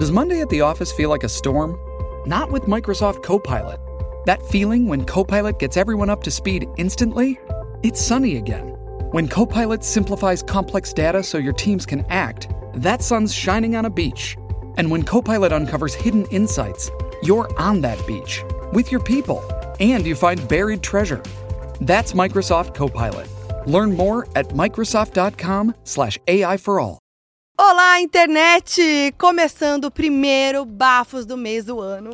Does Monday at the office feel like a storm? Not with Microsoft Copilot. That feeling when Copilot gets everyone up to speed instantly? It's sunny again. When Copilot simplifies complex data so your teams can act, that sun's shining on a beach. And when Copilot uncovers hidden insights, you're on that beach with your people, and you find buried treasure. That's Microsoft Copilot. Learn more at Microsoft.com/AI for all. Olá, internet! Começando o primeiro Bafos do mês do ano.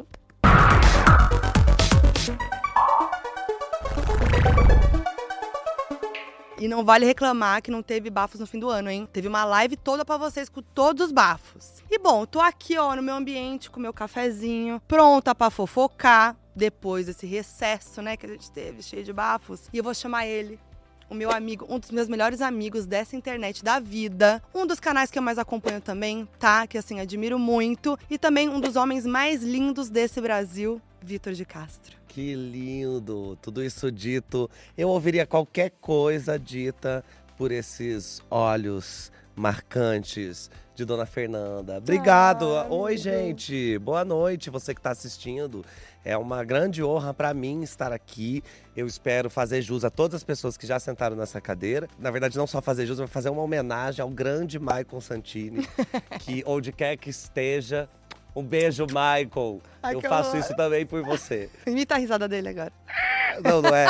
E não vale reclamar que não teve bafos no fim do ano, hein? Teve uma live toda pra vocês com todos os bafos. E bom, tô aqui, ó, no meu ambiente, com meu cafezinho, pronta pra fofocar, depois desse recesso, né, que a gente teve, cheio de bafos. E eu vou chamar ele, o meu amigo, um dos meus melhores amigos dessa internet da vida. Um dos canais que eu mais acompanho também, tá? Que, assim, admiro muito. E também um dos homens mais lindos desse Brasil, Vitor de Castro. Que lindo! Tudo isso dito, eu ouviria qualquer coisa dita por esses olhos marcantes de Dona Fernanda. Obrigado! Oi, gente! Boa noite, você que está assistindo. É uma grande honra para mim estar aqui. Eu espero fazer jus a todas as pessoas que já sentaram nessa cadeira. Na verdade, não só fazer jus, mas fazer uma homenagem ao grande Maicon Santini, que onde quer que esteja… Um beijo, Michael. Ai, eu que faço horror. isso também por você. Imita a risada dele agora. Não é.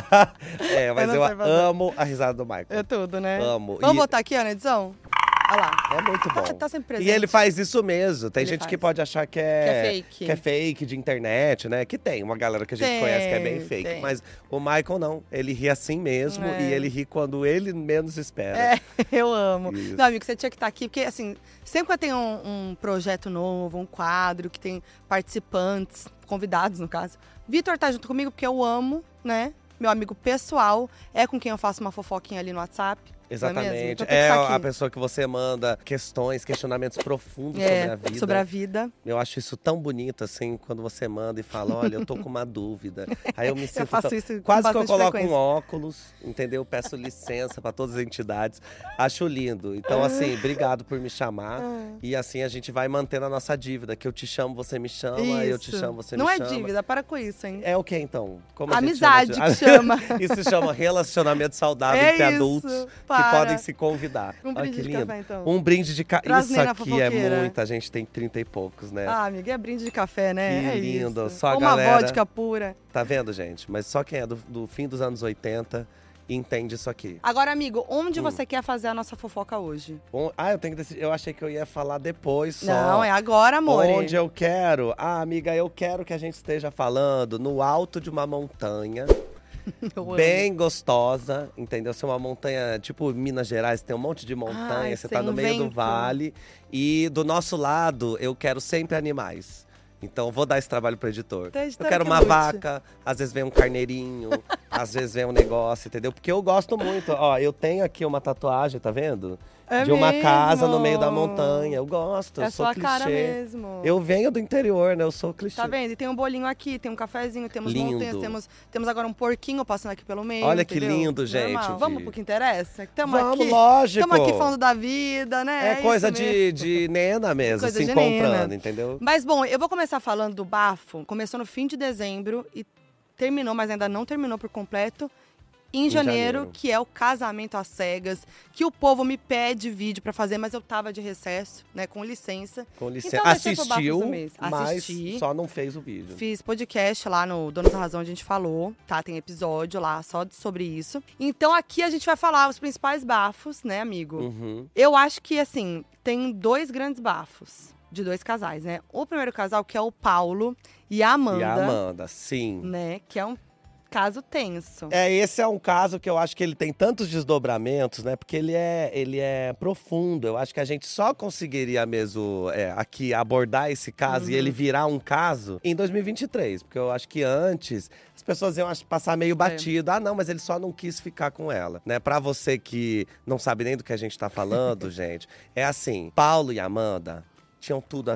Mas Eu eu não sei fazer. amo a risada do Michael. É tudo, né? Amo. Vamos E botar aqui, ó, na edição? Olha lá. é muito bom. Tá sempre presente. E ele faz isso mesmo. Tem Ele gente faz. que pode achar que fake. que é fake de internet, né? Que tem uma galera que a gente Tem, conhece que é bem fake. tem. Mas o Michael não. Ele ri assim mesmo É. e ele ri quando ele menos espera. É, eu amo. Isso. Não, amigo, você tinha que estar aqui, porque assim, sempre que eu tenho um projeto novo, um quadro que tem participantes, convidados no caso, Vitor tá junto comigo porque eu amo, né? Meu amigo pessoal, é com quem eu faço uma fofoquinha ali no WhatsApp. Não é mesmo? Exatamente. Então tem que tá a aqui. pessoa que você manda questionamentos profundos sobre a vida. Sobre a vida. Eu acho isso tão bonito, assim, quando você manda e fala, olha, eu tô com uma dúvida. Aí eu me sinto… Eu faço isso com quase que eu bastante coloco frequência. um óculos, entendeu? Peço licença pra todas as entidades. Acho lindo. Então, assim, obrigado por me chamar. E assim a gente vai mantendo a nossa dívida, que eu te chamo, você me chama, eu te Isso. chamo, você Não me é chama. dívida, para com isso, hein? É o que então? Como a gente Amizade chama que chama. Isso se chama relacionamento saudável É entre isso, adultos que para. podem se convidar. Um Olha brinde que de lindo. café, então. Um brinde de café. Traz Isso menina aqui fofoqueira. é muito, a gente tem 30 e poucos, né? Ah, amiga, é brinde de café, né? Que É lindo. isso. Só a Uma galera- vodka pura. Tá vendo, gente? Mas só quem é do fim dos anos 80 entende isso aqui. Agora, amigo, onde você quer fazer a nossa fofoca hoje? Eu tenho que decidir. Eu achei que eu ia falar depois só. Não, é agora, amor. Onde eu quero? Ah, amiga, eu quero que a gente esteja falando no alto de uma montanha. Eu amo. Bem gostosa, entendeu? Se é uma montanha, tipo Minas Gerais, tem um monte de montanha, Ai, você sem tá no meio do vento. vale. E do nosso lado, eu quero sempre animais. Então, vou dar esse trabalho pro editor. Então, editor Eu quero que uma lute. vaca, às vezes vem um carneirinho, às vezes vem um negócio, entendeu? Porque eu gosto muito. Ó, eu tenho aqui uma tatuagem, tá vendo? É De uma casa no mesmo? meio da montanha. Eu gosto, É eu sou sua clichê. cara mesmo. Eu venho do interior, né? Eu sou clichê. Tá vendo? E tem um bolinho aqui, tem um cafezinho, temos Lindo. montanhas, temos agora um porquinho passando aqui pelo meio. Olha que entendeu? lindo, gente, Normal. Vamos de- pro que interessa? Tamo Vamos, aqui, lógico. Estamos aqui falando da vida, né? É coisa isso mesmo. de nena mesmo, Coisa se de encontrando, nena. entendeu? Mas bom, eu vou começar falando do bafo. Começou no fim de dezembro e terminou, mas ainda não terminou por completo. Em janeiro, janeiro. que é o casamento às cegas, que o povo me pede vídeo pra fazer, mas eu tava de recesso, né, com licença. Com licença. Então, deixei pro bafo Assistiu, do mês. mas Assisti. só não fez o vídeo. Fiz podcast lá no Donos da Razão, a gente falou, tá? Tem episódio lá só sobre isso. Então aqui a gente vai falar os principais bafos, né, amigo? Uhum. Eu acho que, assim, tem dois grandes bafos de dois casais, né? O primeiro casal, que é o Paulo e a Amanda, E a Amanda, sim. né? Que é um caso tenso. Esse é um caso que eu acho que ele tem tantos desdobramentos, né? Porque ele é profundo. Eu acho que a gente só conseguiria mesmo aqui abordar esse caso e ele virar um caso em 2023. Porque eu acho que antes as pessoas iam passar meio batido. Ah, não, mas ele só não quis ficar com ela, né? Pra você que não sabe nem do que a gente tá falando, gente, é assim, Paulo e Amanda tinham tudo a ver.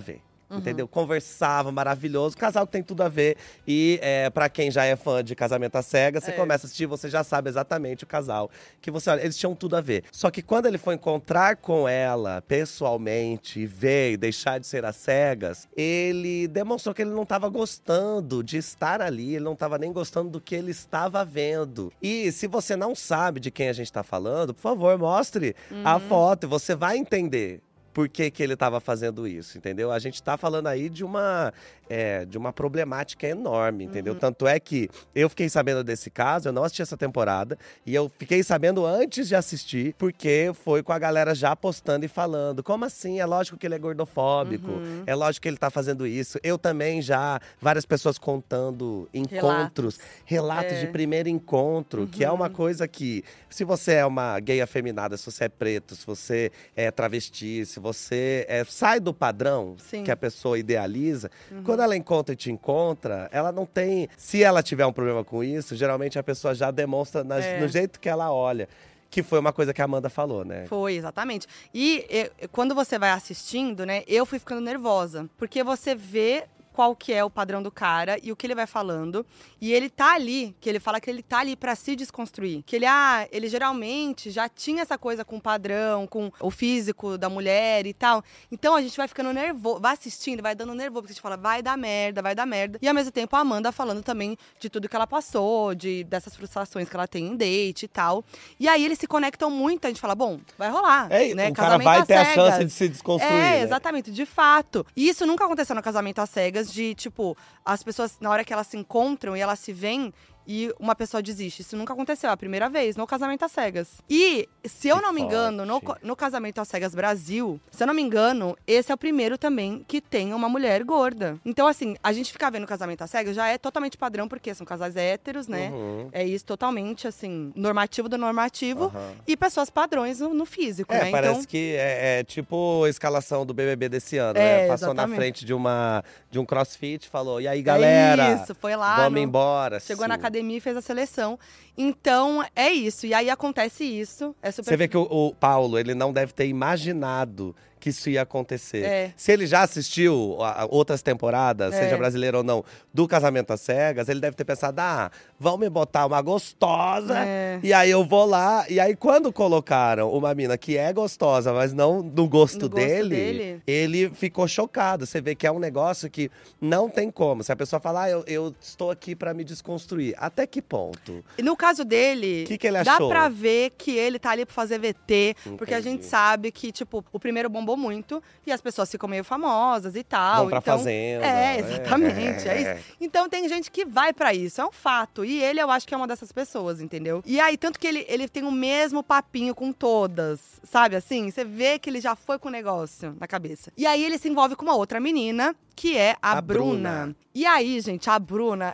entendeu? Conversava, maravilhoso. Casal que tem tudo a ver. E pra quem já é fã de Casamento às Cegas, você começa a assistir, você já sabe exatamente o casal. Que você olha, eles tinham tudo a ver. Só que quando ele foi encontrar com ela pessoalmente, e ver e deixar de ser às cegas, ele demonstrou que ele não estava gostando de estar ali, ele não estava nem gostando do que ele estava vendo. E se você não sabe de quem a gente está falando, por favor, mostre a foto e você vai entender por que ele estava fazendo isso, entendeu? A gente tá falando aí de uma problemática enorme, entendeu? Tanto é que eu fiquei sabendo desse caso, eu não assisti essa temporada, e eu fiquei sabendo antes de assistir, porque foi com a galera já postando e falando. Como assim? É lógico que ele é gordofóbico, é lógico que ele tá fazendo isso. Eu também já, várias pessoas contando encontros, relatos de primeiro encontro, que é uma coisa que, se você é uma gay afeminada, se você é preto, se você é travesti, se você sai do padrão que a pessoa idealiza, quando ela encontra e te encontra, ela não tem… Se ela tiver um problema com isso, geralmente a pessoa já demonstra no jeito que ela olha. Que foi uma coisa que a Amanda falou, né? Foi, exatamente. E quando você vai assistindo, né, eu fui ficando nervosa. Porque você vê qual que é o padrão do cara e o que ele vai falando. E ele tá ali, que ele fala que ele tá ali pra se desconstruir. Que ele geralmente já tinha essa coisa com o padrão, com o físico da mulher e tal. Então a gente vai ficando nervoso, vai assistindo, vai dando nervoso, porque a gente fala, vai dar merda, vai dar merda. E ao mesmo tempo a Amanda falando também de tudo que ela passou, dessas frustrações que ela tem em date e tal. E aí eles se conectam muito, a gente fala, bom, vai rolar, né? O cara vai ter a chance de se desconstruir, né? Exatamente, de fato. E isso nunca aconteceu no Casamento às Cegas, de, tipo, as pessoas, na hora que elas se encontram e elas se veem, e uma pessoa desiste. Isso nunca aconteceu, é a primeira vez, no Casamento às Cegas. E, se eu não me engano, no Casamento às Cegas Brasil, se eu não me engano, esse é o primeiro também que tem uma mulher gorda. Então, assim, a gente ficar vendo Casamento às Cegas já é totalmente padrão, porque são casais héteros, né? É isso, totalmente, assim, normativo do normativo. E pessoas padrões no físico, né? Parece então, que é tipo a escalação do BBB desse ano, né? Passou exatamente. na frente de um crossfit, falou, e aí, galera? Isso, foi lá. Vamos embora. Chegou na academia e fez a seleção. Então, é isso. E aí acontece isso. É super… Você vê que o Paulo, ele não deve ter imaginado que isso ia acontecer. Se ele já assistiu outras temporadas, seja brasileiro ou não, do Casamento às Cegas, ele deve ter pensado, vão me botar uma gostosa, e aí eu vou lá. E aí, quando colocaram uma mina que é gostosa, mas não no gosto dele, ele ficou chocado. Você vê que é um negócio que não tem como. Se a pessoa falar, eu estou aqui pra me desconstruir. Até que ponto? E no caso dele, que ele dá achou? pra ver que ele tá ali pra fazer VT, porque a Entendi. gente sabe que, tipo, o primeiro bombou muito e as pessoas ficam meio famosas e tal. Vão pra fazenda. Exatamente, é isso. Então tem gente que vai pra isso, é um fato. E ele, eu acho que é uma dessas pessoas, entendeu? E aí, tanto que ele tem o mesmo papinho com todas, sabe assim? Você vê que ele já foi com o negócio na cabeça. E aí ele se envolve com uma outra menina, que é a Bruna. E aí, gente, a Bruna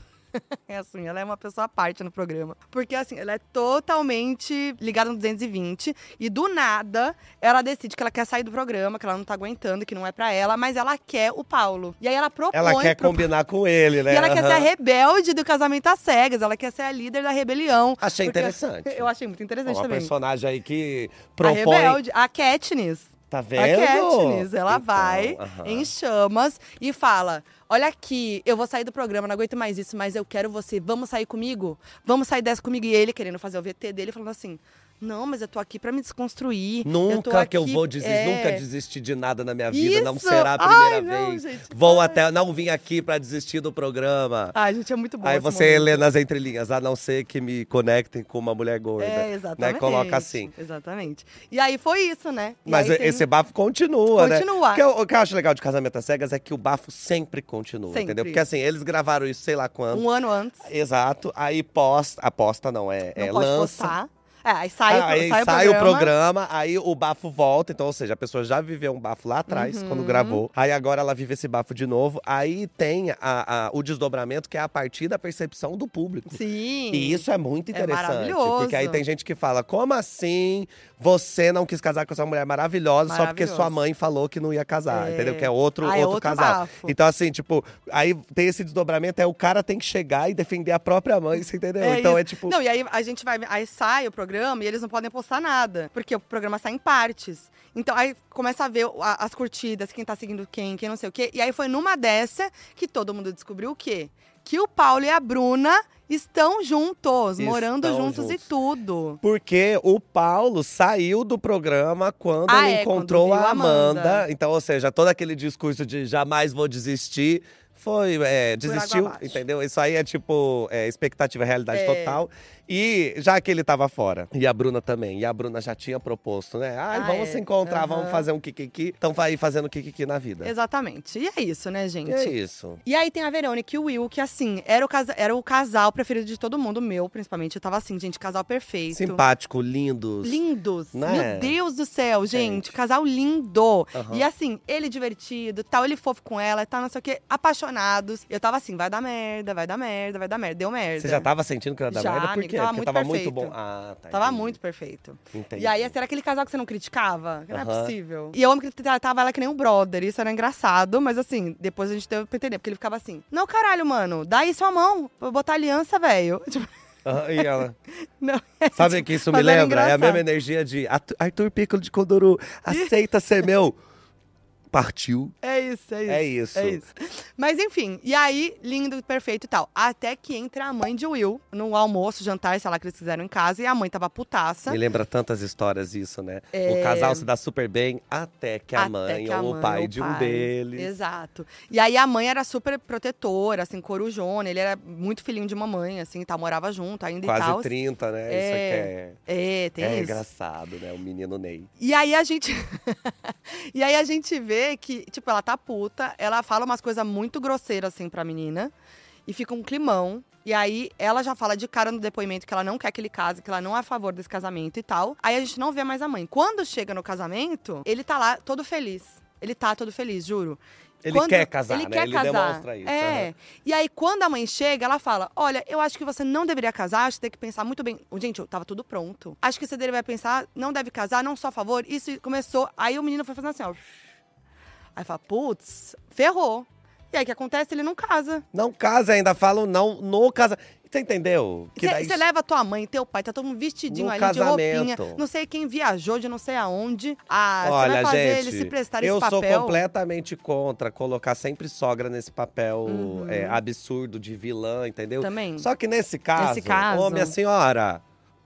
é assim, ela é uma pessoa à parte no programa. Porque, assim, ela é totalmente ligada no 220. E, do nada, ela decide que ela quer sair do programa, que ela não tá aguentando, que não é pra ela. Mas ela quer o Paulo. E aí ela propõe… Ela quer combinar com ele, né? E ela quer ser a rebelde do Casamento às Cegas. Ela quer ser a líder da rebelião. Achei interessante. Eu achei muito interessante também. Uma personagem aí que A propõe… rebelde, a Katniss. Tá vendo? A Katniss, ela Então, vai em chamas e fala, olha aqui, eu vou sair do programa, não aguento mais isso, mas eu quero você, vamos sair comigo? Vamos sair dessa comigo? E ele querendo fazer o VT dele, falando assim… Não, mas eu tô aqui pra me desconstruir. Nunca que eu vou desistir, nunca desistir de nada na minha vida, não será a primeira vez. Gente, não vim aqui pra desistir do programa. Ai, gente, é muito bom. Aí você lê nas entrelinhas, a não ser que me conectem com uma mulher gorda. Exatamente. Né? Coloca assim. Exatamente. E aí foi isso, né? E mas esse bafo continua, né? O que eu acho legal de Casamento às Cegas é que o bafo sempre continua, entendeu? Porque assim, eles gravaram isso sei lá quando. Um ano antes. Exato. Aí aposta não, não pode lança. Postar. Aí sai o programa, aí o bafo volta. Então, ou seja, a pessoa já viveu um bafo lá atrás, quando gravou. Aí agora ela vive esse bafo de novo. Aí tem o desdobramento, que é a partir da percepção do público. Sim. E isso é muito interessante. Maravilhoso. Porque aí tem gente que fala, como assim você não quis casar com essa mulher maravilhosa só porque sua mãe falou que não ia casar, entendeu? Que é outro casal. Bafo. Então, assim, tipo, aí tem esse desdobramento, o cara tem que chegar e defender a própria mãe, você entendeu? Então isso. é tipo… Não, e aí a gente vai… Aí sai o programa, programa e eles não podem postar nada, porque o programa sai em partes. Então, aí começa a ver as curtidas, quem tá seguindo quem não sei o quê. E aí foi numa dessa que todo mundo descobriu o quê? Que o Paulo e a Bruna estão juntos, morando juntos e tudo. Porque o Paulo saiu do programa quando ele encontrou quando a Amanda. Então, ou seja, todo aquele discurso de jamais vou desistir desistiu, entendeu? Isso aí é tipo expectativa, realidade total. E já que ele tava fora, e a Bruna também, e a Bruna já tinha proposto, né? Vamos se encontrar, vamos fazer um kikiki. Então vai aí fazendo kikiki na vida. Exatamente. E é isso, né, gente? É isso. E aí tem a Verônica e o Will, que assim, era o casal preferido de todo mundo, meu, principalmente. Eu tava assim, gente, casal perfeito. Simpático, lindos. Lindos. Né? Meu Deus do céu, gente. Casal lindo. E assim, ele divertido, tal, ele fofo com ela, tal, não sei o quê, apaixonados. Eu tava assim, vai dar merda, vai dar merda, vai dar merda. Deu merda. Você já tava sentindo que ia dar merda? Por quê? Tava Porque muito tava perfeito. muito bom. Ah, tá. Tava Entendi. muito perfeito. Entendi. E aí, era aquele casal que você não criticava? Que não é possível. E eu amo que ele tratava ela que nem um brother. Isso era engraçado, mas assim, depois a gente teve pra entender. Porque ele ficava assim, não, caralho, mano, dá aí sua mão pra eu botar aliança, velho. Tipo… E ela… Não, Sabe o que isso me mas era lembra? É a engraçado. mesma energia de Arthur Piccolo de Conduru, aceita ser meu. Partiu. É isso. É isso. Mas enfim, e aí, lindo, perfeito e tal. Até que entra a mãe de Will no almoço, jantar, sei lá, que eles fizeram em casa. E a mãe tava putaça. Me lembra tantas histórias isso, né? O casal se dá super bem até que a mãe ou o pai de um deles. Exato. E aí a mãe era super protetora, assim, corujona. Ele era muito filhinho de mamãe, assim, tal, morava junto ainda Quase e tal. 30, né? Isso aqui tem isso. engraçado, né? O menino Ney. E aí a gente… e aí a gente vê que, tipo, ela tá puta, ela fala umas coisas muito grosseiras, assim, pra menina. E fica um climão. E aí, ela já fala de cara no depoimento que ela não quer que ele case, que ela não é a favor desse casamento e tal. Aí a gente não vê mais a mãe. Quando chega no casamento, ele tá lá todo feliz. Ele tá todo feliz, juro. Ele quer casar, ele né? quer Ele casar. demonstra isso. E aí, quando a mãe chega, ela fala, olha, eu acho que você não deveria casar, acho que tem que pensar muito bem. Gente, tava tudo pronto. Acho que você deveria pensar, não deve casar, não sou a favor. Isso começou, aí o menino foi fazendo assim, ó. Aí fala, putz, ferrou. E aí, o que acontece? Ele não casa. Não casa ainda, falam não no casamento. Você entendeu? Você leva tua mãe, teu pai, tá todo mundo vestidinho no ali, casamento. de roupinha. Não sei quem viajou de não sei aonde. Olha, você vai fazer eles se prestarem esse papel. Eu sou completamente contra colocar sempre sogra nesse papel absurdo de vilã, entendeu? Também. Só que nesse caso, ô minha senhora…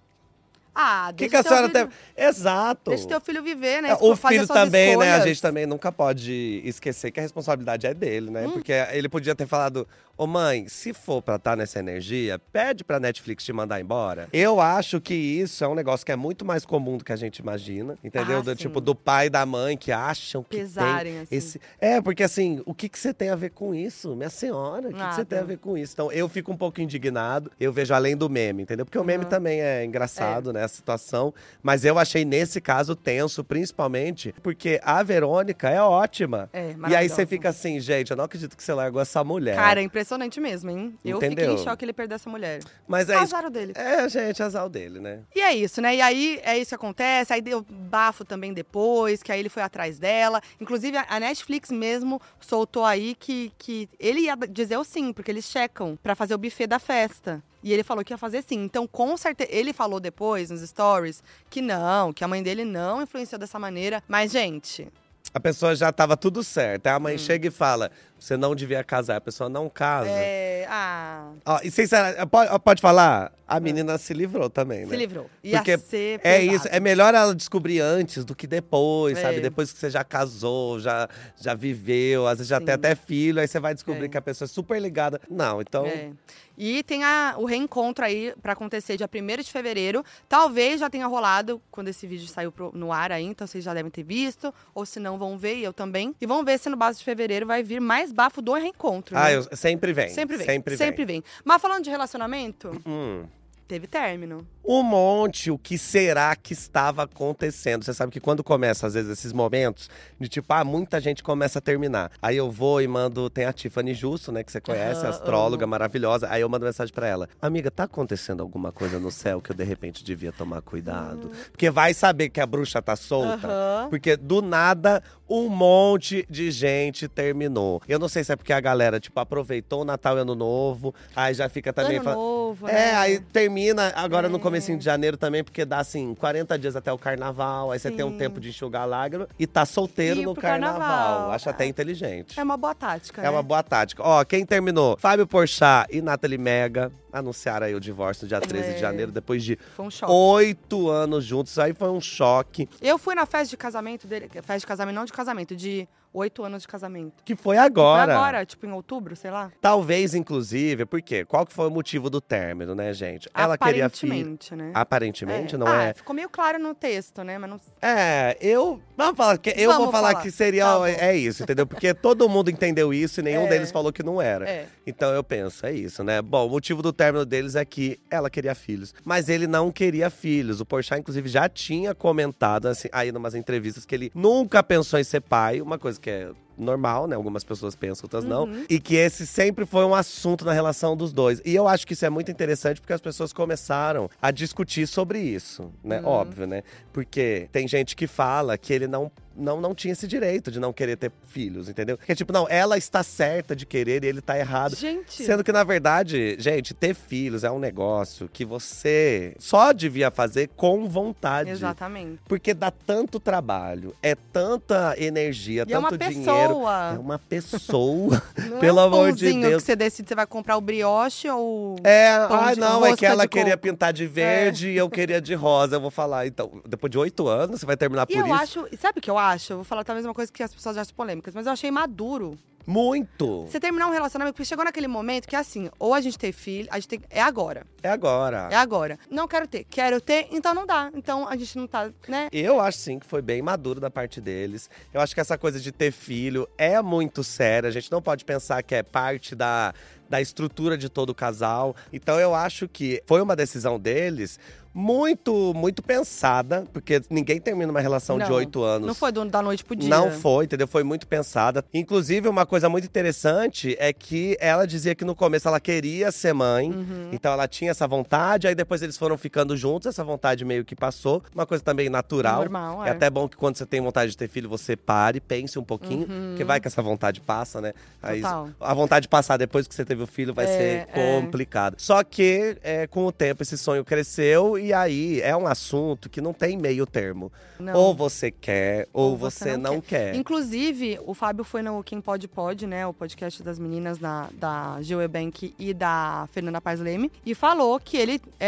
deixa que a senhora tem… Exato. Deixa teu filho viver, né? O filho também, escolhas. né? A gente também nunca pode esquecer que a responsabilidade é dele, né? Porque ele podia ter falado, ô mãe, se for pra estar nessa energia, pede pra Netflix te mandar embora. Eu acho que isso é um negócio que é muito mais comum do que a gente imagina, entendeu? Tipo, do pai e da mãe que acham que pesarem, tem assim. esse… porque assim, o que você tem a ver com isso? Minha senhora, o que você tem a ver com isso? Então, eu fico um pouco indignado, eu vejo além do meme, entendeu? Porque o meme também é engraçado, né? A situação. Mas eu achei nesse caso tenso, principalmente porque a Verônica é ótima. E aí você fica assim, gente, eu não acredito que você largou essa mulher. Cara, é impressionante mesmo, hein? Eu fiquei em choque ele perder essa mulher. Mas azar dele. Gente, azar dele, né? E é isso, né? E aí, é isso que acontece. Aí deu bafo também depois, que aí ele foi atrás dela. Inclusive, a Netflix mesmo soltou aí que ele ia dizer o sim, porque eles checam pra fazer o buffet da festa. E ele falou que ia fazer sim. Então, com certeza, ele falou depois, nos stories, que a mãe dele não influenciou dessa maneira. Mas, gente… A pessoa já tava tudo certo. Aí a mãe chega e fala, você não devia casar. A pessoa não casa. E sinceramente, pode falar? A menina se livrou também, né? Se livrou. Porque ser é isso, é melhor ela descobrir antes do que depois, sabe? Depois que você já casou, já viveu, às vezes já tem até filho, aí você vai descobrir que a pessoa é super ligada. Não, então… E tem o reencontro aí pra acontecer dia 1º de fevereiro. Talvez já tenha rolado quando esse vídeo saiu no ar aí, então vocês já devem ter visto. Ou se não, vão ver, e eu também. E vão ver se no base de fevereiro vai vir mais bafo do reencontro. Né? Sempre vem. Sempre vem. Mas falando de relacionamento… Teve término. Um monte, o que será que estava acontecendo? Você sabe que quando começa, às vezes, esses momentos de tipo, muita gente começa a terminar. Aí eu vou e mando, tem a Tiffany Justo, né, que você conhece, astróloga maravilhosa. Aí eu mando mensagem pra ela. Amiga, tá acontecendo alguma coisa no céu que eu, de repente, devia tomar cuidado? Porque vai saber que a bruxa tá solta. Porque, do nada, um monte de gente terminou. Eu não sei se é porque a galera, tipo, aproveitou o Natal e Ano Novo. Aí já fica também… Ano Novo, né? Aí termina termina agora no comecinho de janeiro também, porque dá assim, 40 dias até o carnaval. Aí você tem um Sim. tempo de enxugar a lágrima e tá solteiro Ir no pro carnaval. carnaval. Acho até inteligente. É uma boa tática, É né? uma boa tática. Ó, quem terminou? Fábio Porchat e Nathalie Mega anunciaram aí o divórcio no dia 13 de janeiro, depois de Foi um choque. 8 anos juntos. Isso aí foi um choque. Eu fui na festa de casamento dele. Festa de casamento, não de casamento, de 8 anos de casamento. Que foi agora. Foi agora, tipo em outubro, sei lá. Talvez, inclusive, porque qual que foi o motivo do término, né, gente? Ela queria filho. Aparentemente, né? Aparentemente, não é? Ficou meio claro no texto, né? Mas não. Vamos falar que eu Vamos vou falar falar. que seria Tá bom. é isso, entendeu? Porque todo mundo entendeu isso e nenhum É. deles falou que não era. É. Então eu penso, é isso, né? Bom, o motivo do término deles é que ela queria filhos, mas ele não queria filhos. O Porchat, inclusive, já tinha comentado assim, aí numas entrevistas que ele nunca pensou em ser pai, uma coisa que é normal, né? Algumas pessoas pensam, outras não. E que esse sempre foi um assunto na relação dos dois. E eu acho que isso é muito interessante porque as pessoas começaram a discutir sobre isso, né? Óbvio, né? Porque tem gente que fala que ele não tinha esse direito de não querer ter filhos, entendeu? Porque, tipo, não, ela está certa de querer e ele tá errado. Gente. Sendo que, na verdade, gente, ter filhos é um negócio que você só devia fazer com vontade. Exatamente. Porque dá tanto trabalho, é tanta energia, E é uma tanto dinheiro. pessoa. É uma pessoa. Não Pelo é um amor de pãozinho Deus. que você decide se vai comprar o brioche ou… É, de não, é que rosca ela de queria coco. pintar de verde e eu queria de rosa. Eu vou falar, então, depois de 8 anos, você vai terminar E por eu isso? acho… Sabe o que eu acho? Eu vou falar talvez uma coisa que as pessoas já acham polêmicas, mas eu achei maduro. Muito. Você terminar um relacionamento, porque chegou naquele momento que assim, ou a gente ter filho, a gente tem… É agora. É agora. É agora. Não quero ter, então não dá. Então a gente não tá, né? Eu acho sim que foi bem maduro da parte deles. Eu acho que essa coisa de ter filho é muito séria. A gente não pode pensar que é parte da estrutura de todo o casal. Então eu acho que foi uma decisão deles muito pensada, porque ninguém termina uma relação de Não, 8 anos. Não foi da noite pro dia. Não foi, entendeu? Foi muito pensada. Inclusive, uma coisa muito interessante é que ela dizia que no começo ela queria ser mãe, então ela tinha essa vontade, aí depois eles foram ficando juntos, essa vontade meio que passou. Uma coisa também natural. Normal, É é. até bom que quando você tem vontade de ter filho, você pare, pense um pouquinho, porque vai que essa vontade passa, né? Aí Total. a vontade de passar depois que você teve o filho vai ser complicado. Só que, com o tempo, esse sonho cresceu e aí é um assunto que não tem meio termo. Não. Ou você quer, ou você você não quer. Inclusive, o Fábio foi no Quem Pode Pode, né? O podcast das meninas da Gil Ebank e da Fernanda Paes Leme. E falou que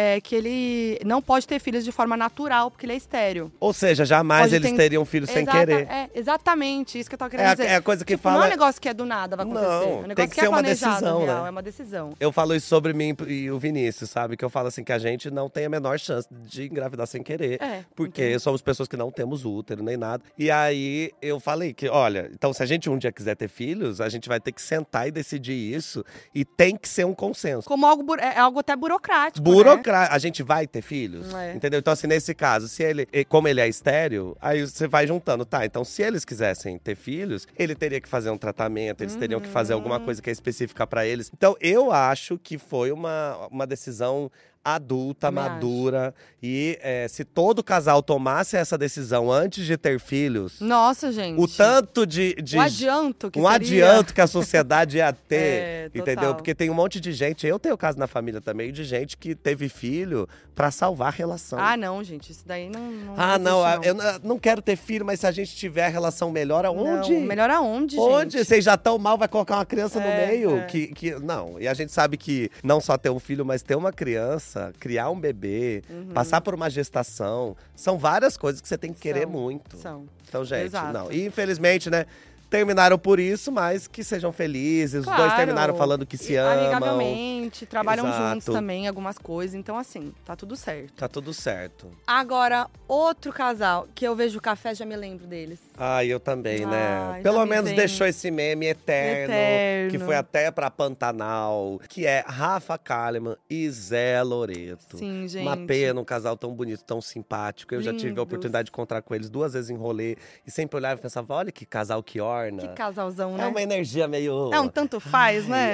ele não pode ter filhos de forma natural, porque ele é estéril. Ou seja, jamais Pode eles ter- teriam filho sem querer. Exatamente, isso que eu tô querendo dizer. É a coisa que Tipo, não é fala. um negócio que é do nada, vai acontecer. Não, é um tem negócio que que ser é uma planejado, decisão, real, né? é uma decisão. Eu falo isso sobre mim e o Vinícius, sabe? Que eu falo assim que a gente não tem a menor chance de engravidar sem querer. Porque entendo. somos pessoas que não temos útero nem nada. E aí eu falei que, olha, então se a gente um dia quiser ter filhos, a gente vai ter que sentar e decidir isso. E tem que ser um consenso. Como algo até burocrático, né? Burocrático. A gente vai ter filhos? É. Entendeu? Então, assim, nesse caso, como ele é estéril, aí você vai juntando, tá? Então, se eles quisessem ter filhos, ele teria que fazer um tratamento, eles teriam que fazer alguma coisa que é específica pra eles. Então, eu acho que foi uma decisão adulta, Também madura. E se todo casal tomasse essa decisão antes de ter filhos, Nossa, gente. o tanto de O adianto que um seria. adianto que a sociedade ia ter, Total. entendeu? Porque tem um monte de gente, eu tenho caso na família também, de gente que teve filho pra salvar a relação. Ah, não, gente, isso daí não Não, existe, eu não quero ter filho, mas se a gente tiver a relação melhor, aonde? Não, melhor aonde, Onde? gente? Vocês já estão mal, vai colocar uma criança no meio? é. Não, e a gente sabe que não só ter um filho, mas ter uma criança, criar um bebê, passar por uma gestação, são várias coisas que você tem que querer muito. São. Então, gente, Exato. não. E infelizmente, né? Terminaram por isso, mas que sejam felizes. Os dois terminaram falando que se amam. Amigavelmente, trabalham Exato. juntos também, algumas coisas. Então, assim, tá tudo certo. Tá tudo certo. Agora, outro casal que eu vejo o café, já me lembro deles. Eu também, né? Ai, Pelo já me menos vem. deixou esse meme eterno, Eterno. que foi até pra Pantanal, que é Rafa Kalimann e Zé Loreto. Sim, gente. Uma pena, um casal tão bonito, tão simpático. Eu já tive a Lindos. oportunidade de encontrar com eles 2 vezes em rolê e sempre olhava e pensava, olha que casal que orna. torna. Que casalzão, né? É uma energia meio… É um tanto faz, né?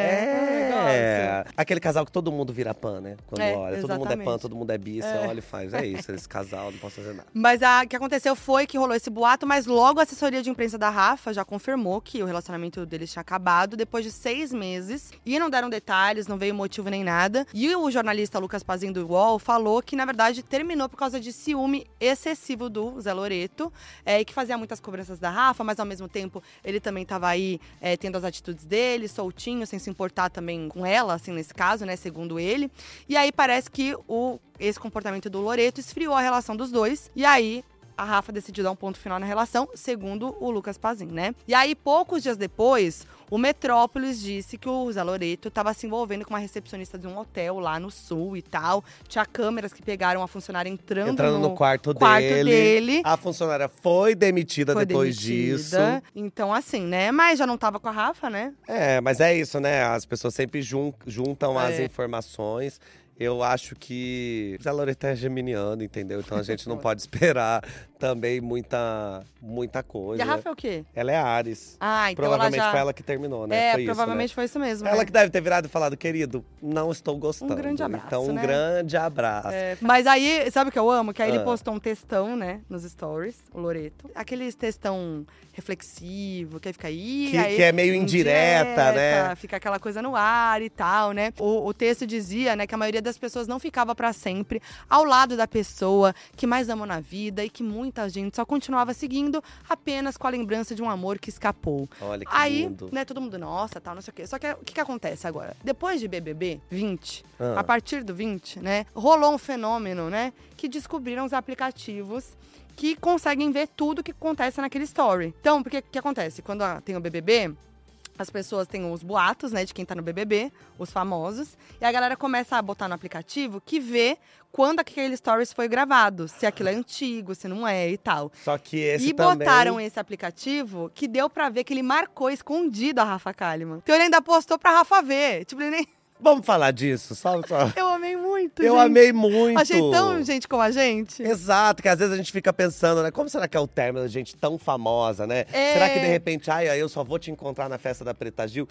É. Aquele casal que todo mundo vira pan, né? Quando olha. Todo mundo é pan, exatamente. todo mundo é bi, você olha e faz. É isso, esse casal, não posso fazer nada. Mas o que aconteceu foi que rolou esse boato, mas logo a assessoria de imprensa da Rafa já confirmou que o relacionamento deles tinha acabado depois de 6 meses. E não deram detalhes, não veio motivo nem nada. E o jornalista Lucas Pazzini do UOL falou que, na verdade, terminou por causa de ciúme excessivo do Zé Loreto. E que fazia muitas cobranças da Rafa, mas ao mesmo tempo ele também estava aí tendo as atitudes dele, soltinho, sem se importar também com ela, assim, nesse caso, né, segundo ele. E aí parece que esse comportamento do Loreto esfriou a relação dos dois. E aí a Rafa decidiu dar um ponto final na relação, segundo o Lucas Pazzini, né? E aí, poucos dias depois, o Metrópolis disse que o Zé Loreto estava se envolvendo com uma recepcionista de um hotel lá no sul e tal. Tinha câmeras que pegaram a funcionária entrando no quarto dele. A funcionária foi demitida depois disso. Então, assim, né? Mas já não tava com a Rafa, né? Mas é isso, né? As pessoas sempre juntam as informações. Eu acho que o Zé Loreto é geminiano, entendeu? Então a gente não pode esperar também muita coisa. E a Rafa é o quê? Ela é Áries. Então provavelmente ela já… foi ela que terminou, né? Foi provavelmente isso, né? foi isso mesmo. Ela que deve ter virado e falado, querido, não estou gostando. Um grande abraço, Então, né? grande abraço. Mas aí, sabe o que eu amo? Que aí ele postou um textão, né, nos stories, o Loreto. Aqueles textão reflexivo, que aí fica aí… Que é meio indireta, né? Fica aquela coisa no ar e tal, né? O texto dizia, né, que a maioria das pessoas não ficava pra sempre ao lado da pessoa que mais amam na vida e que muita gente só continuava seguindo apenas com a lembrança de um amor que escapou. Olha que lindo. Né, todo mundo, nossa, tal, não sei o quê. Só que o que acontece agora? Depois de BBB 20, a partir do 20, né, rolou um fenômeno, né, que descobriram os aplicativos que conseguem ver tudo que acontece naquele story. Então, porque o que acontece? Quando tem o BBB, as pessoas têm os boatos, né, de quem tá no BBB, os famosos, e a galera começa a botar no aplicativo que vê quando aquele stories foi gravado, se aquilo é antigo, se não é e tal. Só que esse botaram esse aplicativo que deu pra ver que ele marcou escondido a Rafa Kalimann. Então ele ainda postou pra Rafa ver. Tipo, ele nem… Vamos falar disso, só. Eu amei muito, Eu amei muito. Achei tão gente como a gente. Exato, que às vezes a gente fica pensando, né? Como será que é o término de gente tão famosa, né? Será que de repente, eu só vou te encontrar na festa da Preta Gil?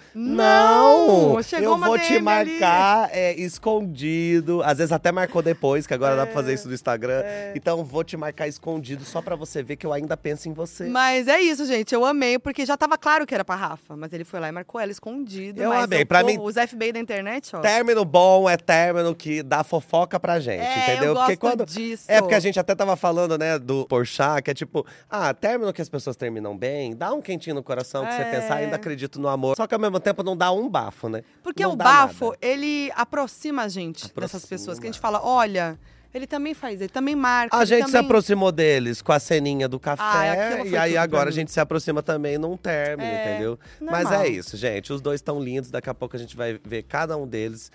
Não! Chegou eu vou te marcar escondido. Às vezes até marcou depois, que agora dá pra fazer isso no Instagram. Então vou te marcar escondido só pra você ver que eu ainda penso em você. Mas é isso, gente. Eu amei, porque já tava claro que era pra Rafa. Mas ele foi lá e marcou ela escondido. Eu amei. Pra mim, os FBI da internet, ó. Término bom é término que dá fofoca pra gente, entendeu? Eu gosto disso. Porque a gente até tava falando, né, do Porchat, que é tipo, término que as pessoas terminam bem, dá um quentinho no coração, que você pensar, ainda acredito no amor. Só que ao mesmo tempo não dá um bafo, né? Porque não o bafo, ele aproxima a gente Aproxima. dessas pessoas. Que a gente fala, olha… Ele também faz, ele também marca. A gente também… se aproximou deles com a ceninha do café. aquilo E foi aí tudo agora pra a gente se aproxima também num término, entendeu? Normal. Mas é isso, gente. Os dois estão lindos. Daqui a pouco a gente vai ver cada um deles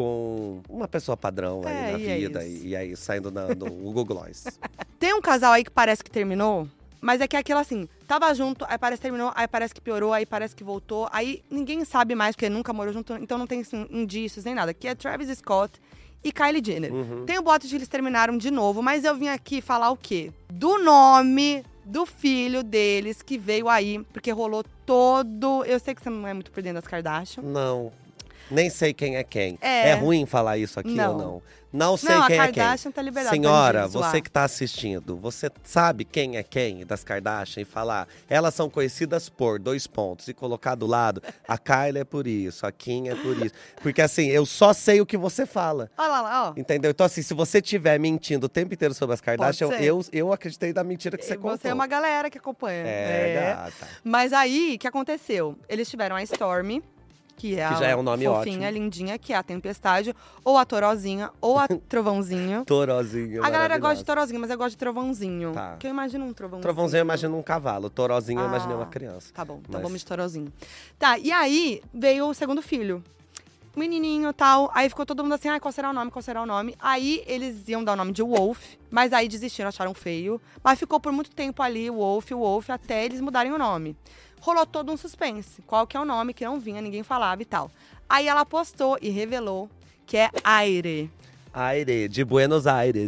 com uma pessoa padrão aí na vida. E aí saindo no Google Gloss. Tem um casal aí que parece que terminou. Mas é que é aquilo assim, tava junto, aí parece que terminou, aí parece que piorou, aí parece que voltou. Aí ninguém sabe mais, porque nunca morou junto, então não tem assim, indícios nem nada. Que é Travis Scott e Kylie Jenner. Tem o boato de eles terminaram de novo, mas eu vim aqui falar o quê? Do nome do filho deles que veio aí, porque rolou todo… Eu sei que você não é muito por dentro das Kardashian. Não. Nem sei quem é quem. É ruim falar isso aqui ou não? Não sei quem é quem. A Kardashian tá liberada. Senhora, você que tá assistindo, você sabe quem é quem das Kardashian e falar, elas são conhecidas por 2 pontos e colocar do lado, a Kylie é por isso, a Kim é por isso. Porque assim, eu só sei o que você fala. Olha lá, ó. Entendeu? Então assim, se você estiver mentindo o tempo inteiro sobre as Kardashian, eu acreditei na mentira que você contou. Você é uma galera que acompanha. Gata. Mas aí, o que aconteceu? Eles tiveram a Stormi, que já é um nome fofinha, ótimo. Lindinha, que é a Tempestade, ou a Torozinha, ou a Trovãozinho. Torozinho, a galera gosta de Torozinho, mas eu gosto de Trovãozinho. Tá. Que eu imagino um Trovãozinho. Trovãozinho eu imagino um cavalo, Torozinho eu imaginei uma criança. Tá bom, então vamos de Torozinho. Tá, e aí veio o segundo filho. Menininho e tal, aí ficou todo mundo assim, qual será o nome? Aí eles iam dar o nome de Wolf, mas aí desistiram, acharam feio. Mas ficou por muito tempo ali, Wolf, até eles mudarem o nome. Rolou todo um suspense. Qual que é o nome que não vinha, ninguém falava e tal. Aí ela postou e revelou que é Aire. Aire, de Buenos Aires.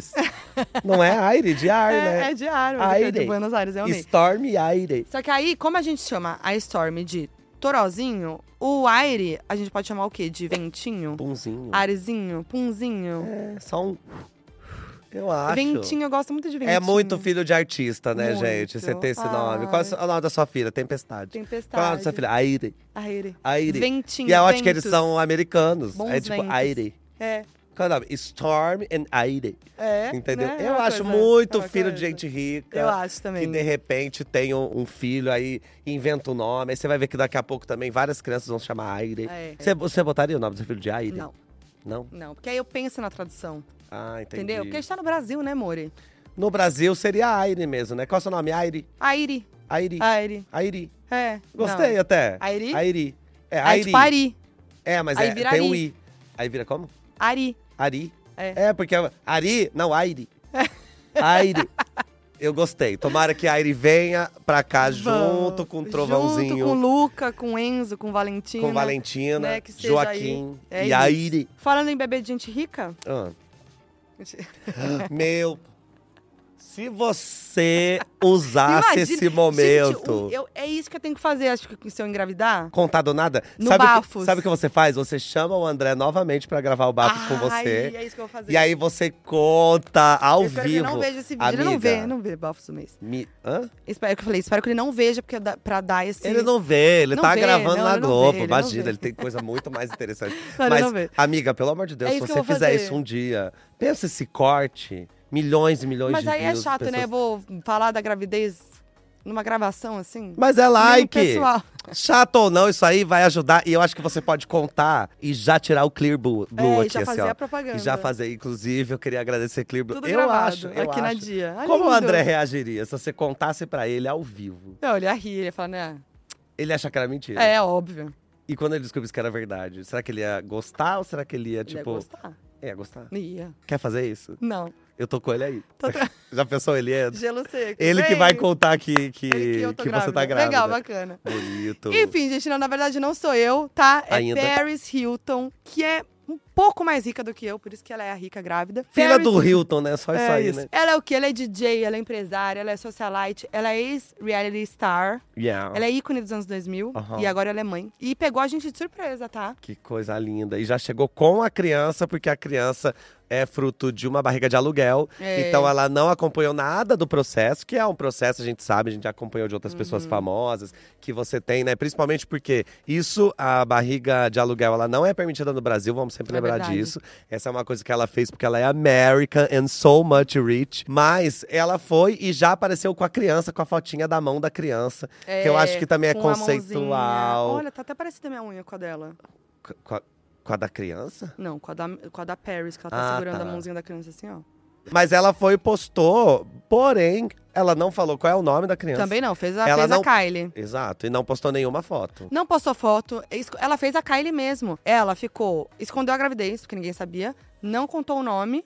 Não é aire, de ar, né? É de ar, Aire. é de Buenos Aires, eu amei. Storm e aire. Só que aí, como a gente chama a Storm de torozinho, o aire, a gente pode chamar o quê? De ventinho? Punzinho. Arezinho? Punzinho? É, só um… Eu acho. Ventinho, eu gosto muito de ventinho. É muito filho de artista, né, Muito. gente? Você ter esse nome. Ai. Qual é o nome da sua filha? Tempestade. Tempestade. Qual é o nome da sua filha? Aire. Aire. Aire. Ventinho, E eu acho que eles ventos. são americanos. Bons É tipo ventos. aire. É. Qual é o nome? Storm and Aire. É. Entendeu? Né? É Eu uma acho coisa, muito é uma filho de coisa. gente rica. Eu acho também. Que de repente tem um filho aí, inventa um nome. Aí você vai ver que daqui a pouco também várias crianças vão se chamar Aire. É. Você botaria o nome do seu filho de Aire? Não, Não? não. Porque aí eu penso na tradução. Ah, entendi. Entendeu? Porque a gente tá no Brasil, né, More? No Brasil seria Aire mesmo, né? Qual é o seu nome? Aire? Aire. Aire. Aire. Aire. É. Gostei não. até. Aire? Aire. É, Aí Aire. tipo Ari. É, mas Aí vira tem um Ari. I. Aí vira como? Ari. Ari. É. Porque Ari, não, Aire. Aire. Eu gostei. Tomara que a Aire venha pra cá junto com o Trovãozinho. Junto com o Luca, com o Enzo, com o Valentina. Com Valentina, né, que seja Joaquim aí. É e isso. Aire. Falando em bebê de gente rica… Ah, meu… Se você usasse Imagina, esse momento… Gente, é isso que eu tenho que fazer, acho que se eu engravidar. Contar do nada? No sabe Bafos. Sabe o que você faz? Você chama o André novamente pra gravar o Bafos com você. É isso que eu vou fazer. E aí você conta ao eu espero vivo. que ele não veja esse vídeo. Amiga, Ele não vê Bafos do mês. Hã? Espero que eu falei, espero que ele não veja, porque pra dar esse… Ele não vê, ele Não tá vê, gravando não, na ele não Globo. vê, ele não Imagina, vê. ele tem coisa muito mais interessante. Não, ele Mas, não vê. amiga, pelo amor de Deus, É se isso que você eu vou fizer fazer. isso um dia, pensa esse corte, milhões e milhões Mas de aí views. é chato, né? Eu vou falar da gravidez numa gravação, assim. Mas é Meio like. pessoal. Chato ou não, isso aí vai ajudar. E eu acho que você pode contar e já tirar o Clear Blue E aqui, já assim, fazer ó. a propaganda. E já fazer. Inclusive, eu queria agradecer Clear Blue. Tudo eu gravado, acho, eu aqui na acho. Dia. Ah, Como o lindo. André reagiria se você contasse pra ele ao vivo? Não, ele ia rir, ele ia falar, né? Ele ia achar que era mentira. É, óbvio. E quando ele descobrisse que era verdade, será que ele ia gostar ou será que ele ia, Ele ia tipo… gostar. Ia gostar? Ia. Quer fazer isso? Não. Eu tô com ele aí. Tô tra- Já pensou ele é? Gelo seco. Ele que Vem. vai contar que Eu tô você tá grávida. Legal, bacana. Bonito. Enfim, gente, não, na verdade não sou eu, tá? É Ainda. Paris Hilton, que é um pouco mais rica do que eu, por isso que ela é a rica grávida. Filha Paris do Hilton, né? Só isso aí, né? Ela é o quê? Ela é DJ, ela é empresária, ela é socialite, ela é ex-reality star, Yeah. ela é ícone dos anos 2000 Aham. e agora ela é mãe. E pegou a gente de surpresa, tá? Que coisa linda. E já chegou com a criança, porque a criança é fruto de uma barriga de aluguel. É. Então ela não acompanhou nada do processo, que é um processo, a gente sabe, a gente já acompanhou de outras pessoas Uhum. famosas, que você tem, né? Principalmente porque isso, a barriga de aluguel, ela não é permitida no Brasil, vamos sempre É lembrar verdade. disso. Essa é uma coisa que ela fez porque ela é American and so much rich. Mas ela foi e já apareceu com a criança, com a fotinha da mão da criança. Que eu acho que também é com a conceitual. mãozinha. Olha, tá até parecida a minha unha com a dela. Com a da criança? Não, com a da Paris, que ela tá Ah, segurando tá. a mãozinha da criança assim, ó. Mas ela foi e postou, porém, ela não falou qual é o nome da criança. Também não, fez a Ela não- a Kylie. Exato, e não postou nenhuma foto. Não postou foto, ela fez a Kylie mesmo. Ela escondeu a gravidez, porque ninguém sabia, não contou o nome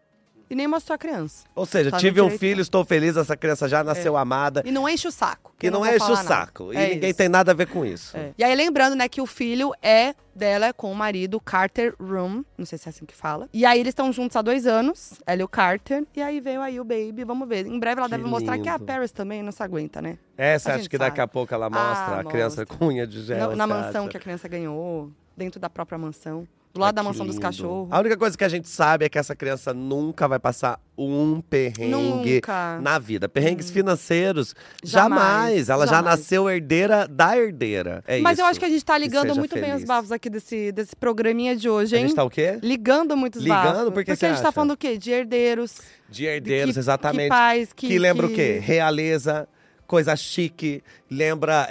e nem mostrou a criança. Ou seja, Tá no tive um direito, filho, não. estou feliz, essa criança já nasceu amada. E não enche o saco. que E eu não vou enche o falar nada. saco. E É ninguém isso. tem nada a ver com isso. É. E aí, lembrando, né, que o filho é dela com o marido, Carter Room. Não sei se é assim que fala. E aí, eles estão juntos há 2 anos, ela e o Carter. E aí, veio aí o baby, vamos ver. Em breve, ela Que deve mostrar que a lindo. Paris também não se aguenta, né? É, você A acha gente que daqui sabe. a pouco ela mostra a criança mostra. com unha de gel? Na você mansão acha? que a criança ganhou, dentro da própria mansão. Do lado da Que mansão dos lindo. cachorros. A única coisa que a gente sabe é que essa criança nunca vai passar um perrengue Nunca. na vida. Perrengues financeiros, Jamais, jamais. Ela já jamais. nasceu herdeira da herdeira. É Mas isso. eu acho que a gente tá ligando seja muito bem feliz. os bafos aqui desse programinha de hoje, A hein? gente tá o quê? Ligando muitos Ligando? bafos. Por que Porque você a gente tá acha? falando o quê? De herdeiros. De herdeiros, que exatamente. pais, que lembra o quê? Realeza, coisa chique. Lembra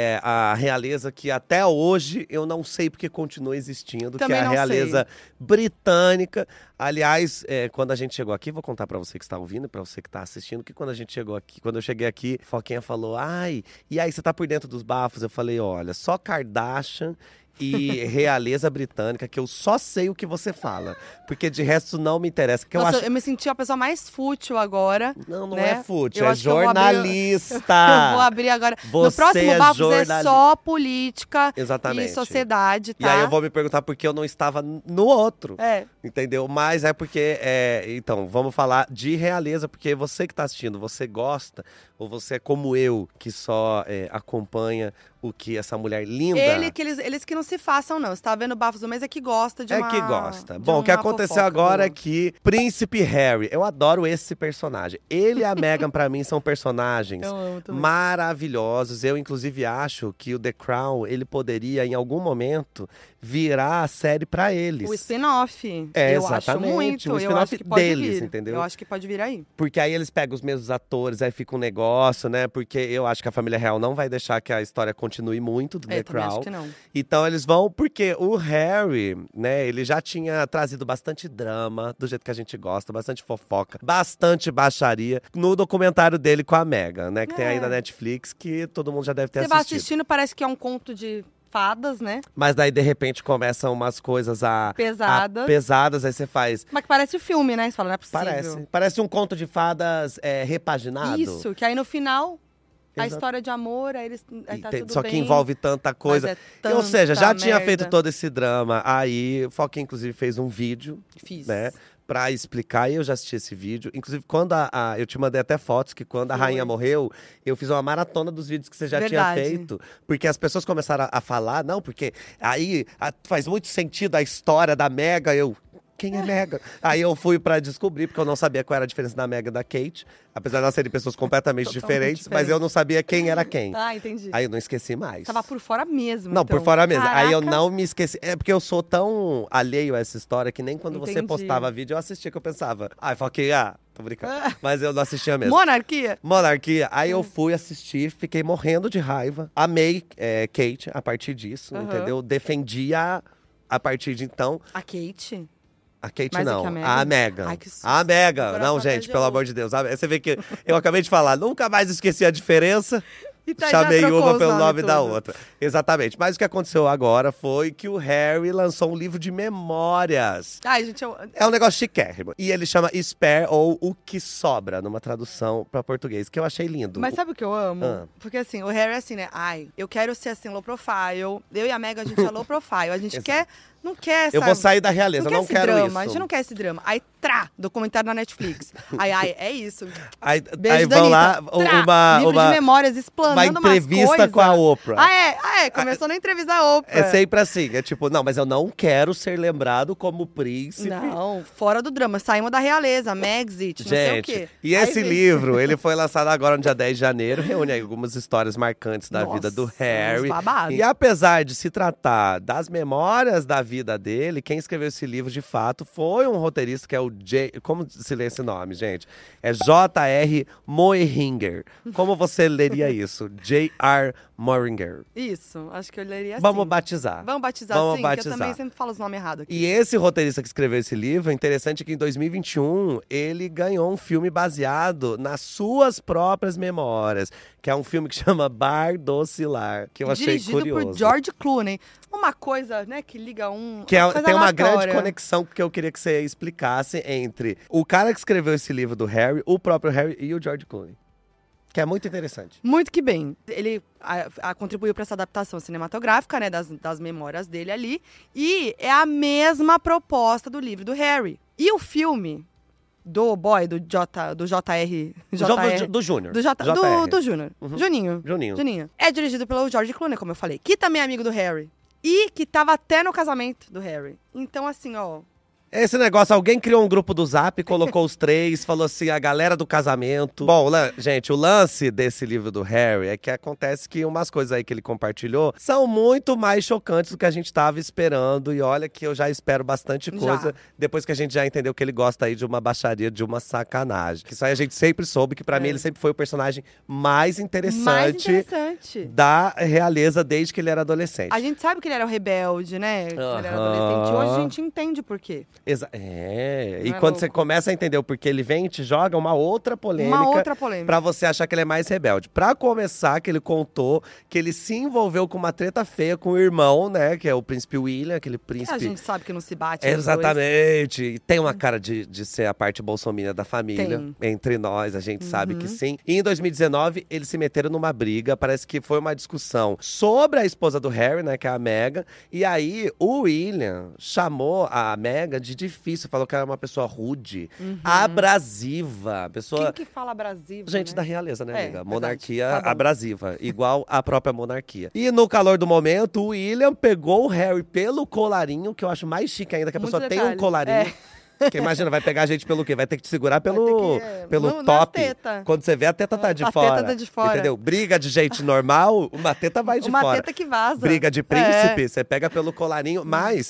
a realeza que até hoje eu não sei porque continua existindo, Também que é a não realeza britânica. Aliás, quando a gente chegou aqui, vou contar pra você que está ouvindo, pra você que tá assistindo, que quando a gente chegou aqui, quando eu cheguei aqui, Foquinha falou: ai, e aí, você tá por dentro dos bafos? Eu falei: olha, só Kardashian e realeza britânica, que eu só sei o que você fala. Porque de resto não me interessa. Que Nossa, eu acho... eu me senti a pessoa mais fútil agora. Não né? é fútil, Eu é acho que eu vou abrir- jornalista. Eu vou abrir agora. No Você próximo é Bafos é jornali- só política Exatamente. e sociedade, tá? E aí eu vou me perguntar por que eu não estava no outro. É. Entendeu? Mas é porque, então, vamos falar de realeza, porque você que tá assistindo, você gosta, ou você é como eu, que só acompanha o que essa mulher linda… Eles que não se façam, não. Você tá vendo Bafos do Mês é que gosta de uma… que gosta. de Bom, o que uma aconteceu fofoca agora boa. é que Príncipe Harry, eu adoro esse personagem. Ele e a Meghan, pra mim, são personagens Eu amo também. maravilhosos. Eu, inclusive, acho que o The Crown, ele poderia, em algum momento, virar a série pra eles. O spin-off. É, eu acho exatamente, muito. o Eu spin-off acho que pode deles, vir. entendeu? Eu acho que pode vir aí. Porque aí eles pegam os mesmos atores, aí fica um negócio, né? Porque eu acho que a família real não vai deixar que a história continue muito do The Eu também acho Crown. que não. Então eles vão, porque o Harry, né, ele já tinha trazido bastante drama, do jeito que a gente gosta, bastante fofoca, bastante baixaria, no documentário dele com a Meghan, né, que tem aí na Netflix, que todo mundo já deve ter Você vai assistido. assistindo, parece que é um conto de fadas, né? Mas daí, de repente, começam umas coisas Pesadas. pesadas, aí você faz… Mas que parece filme, né? Você fala, não é possível. Parece um conto de fadas repaginado. Isso, que aí no final… A Exato. história de amor, aí eles aí tá tudo Só bem. que envolve tanta coisa. Mas é Ou seja, já tanta tinha merda. feito todo esse drama. Aí, o Foquinha, inclusive, fez um vídeo, Fiz. né? Pra explicar, e eu já assisti esse vídeo. Inclusive, quando eu te mandei até fotos, que quando a Foi. rainha morreu, eu fiz uma maratona dos vídeos que você já Verdade. tinha feito. Porque as pessoas começaram a falar, não, porque aí faz muito sentido a história da Meghan. Quem é Meghan? Aí eu fui pra descobrir, porque eu não sabia qual era a diferença da Meghan e da Kate. Apesar de elas serem pessoas completamente Totalmente diferentes, mas diferentes. eu não sabia quem era quem. Ah, entendi. Aí eu não esqueci mais. Tava por fora mesmo, Não, então. por fora mesmo. Aí eu Caraca. não me esqueci. É porque eu sou tão alheio a essa história que nem quando você Entendi. postava vídeo eu assistia, que eu pensava. Ai, Foquinha, tô brincando. Mas eu não assistia mesmo. Monarquia? Monarquia. Aí eu fui assistir, fiquei morrendo de raiva. Amei Kate a partir disso, Aham. entendeu? Defendia a partir de então. A Kate? A Kate Mais do não, que a Meghan? a Meghan. Ai, que susto. A Meghan. Meu Não, coração gente, até pelo gelou. amor de Deus. Você vê que eu acabei de falar, nunca mais esqueci a diferença. E tá, já Chamei trocou uma os pelo nomes nome da tudo. outra. Exatamente. Mas o que aconteceu agora foi que o Harry lançou um livro de memórias. Ai, gente, eu… É um negócio chiquérrimo. E ele chama Spare, ou O Que Sobra, numa tradução pra português, que eu achei lindo. Mas sabe o que eu amo? Ah. Porque assim, o Harry é assim, né? Ai, eu quero ser assim, low profile. Eu e a Meghan, a gente é low profile. A gente Exato. não quer, Eu sabe? vou sair da realeza, eu não esse quero drama, isso. a gente não quer esse drama. Aí, documentário na Netflix. é isso. Aí, Beijo, aí vão lá, Trá, livro de memórias, explanando uma entrevista umas coisas. com a Oprah. Começou na entrevista da Oprah. É sempre assim, é tipo, não, mas eu não quero ser lembrado como príncipe. Não, fora do drama. Saímos da realeza, Megxit, não sei o Gente, quê. e Aí esse vem- livro, ele foi lançado agora no dia 10 de janeiro, reúne aí algumas histórias marcantes da vida do Nossa, Harry. uns babados. E apesar de se tratar das memórias da vida dele, quem escreveu esse livro, de fato, foi um roteirista que é o Como se lê esse nome, gente? É J.R. Moehringer. Como você leria isso? J.R. Moehringer. Isso, acho que eu leria assim. Vamos batizar. Vamos batizar Vamos assim, que eu batizar. também sempre falo os nomes errados aqui. E esse roteirista que escreveu esse livro, é interessante que em 2021 ele ganhou um filme baseado nas suas próprias memórias, que é um filme que chama Bar do Cilar, que eu achei Dirigido curioso. por George Clooney. Uma coisa, né, que liga Que coisa tem uma grande aleatória. conexão que eu queria que você explicasse entre o cara que escreveu esse livro do Harry, o próprio Harry e o George Clooney. Que é muito interessante. Muito que bem. Ele contribuiu para essa adaptação cinematográfica, né, das memórias dele ali. E é a mesma proposta do livro do Harry. E o filme do boy, do JR… Do Júnior. Do Júnior. Juninho. É dirigido pelo George Clooney, como eu falei. Que também é amigo do Harry. E que tava até no casamento do Harry. Então, assim, ó… Esse negócio, alguém criou um grupo do Zap, colocou os três, falou assim, a galera do casamento. Bom, gente, o lance desse livro do Harry é que acontece que umas coisas aí que ele compartilhou são muito mais chocantes do que a gente tava esperando. E olha que eu já espero bastante coisa, depois que a gente já entendeu que ele gosta aí de uma baixaria, de uma sacanagem. Que isso aí a gente sempre soube, que pra mim ele sempre foi o personagem mais interessante da realeza desde que ele era adolescente. A gente sabe que ele era o rebelde, né? Que ele era adolescente. Hoje a gente entende por quê. E Não é quando você louco? começa a entender o porquê ele vem, te joga uma outra polêmica. Uma outra polêmica. Pra você achar que ele é mais rebelde. Pra começar, que ele contou que ele se envolveu com uma treta feia com o irmão, né? Que é o príncipe William, aquele príncipe. A gente sabe que não se bate. os dois. Exatamente. E tem uma cara de ser a parte bolsominion da família. Tem. Entre nós, a gente sabe que sim. E em 2019, eles se meteram numa briga. Parece que foi uma discussão sobre a esposa do Harry, né? Que é a Meghan. E aí, o William chamou a Meghan de difícil. Falou que era uma pessoa rude, abrasiva. Pessoa… Quem que fala abrasivo, Gente né? da realeza, né, É, amiga? verdade. Monarquia Tá bom. abrasiva, igual a própria monarquia. E no calor do momento, o William pegou o Harry pelo colarinho, que eu acho mais chique ainda, que a Muitos pessoa tem um detalhes. colarinho. Porque imagina, vai pegar a gente pelo quê? Vai ter que te segurar pelo, ter que, pelo nas top. tetas. Quando você vê, a teta tá de A fora. teta tá de fora. Entendeu? Briga de gente normal, uma teta vai de Uma fora. teta que vaza. Briga de príncipe, você pega pelo colarinho. Mas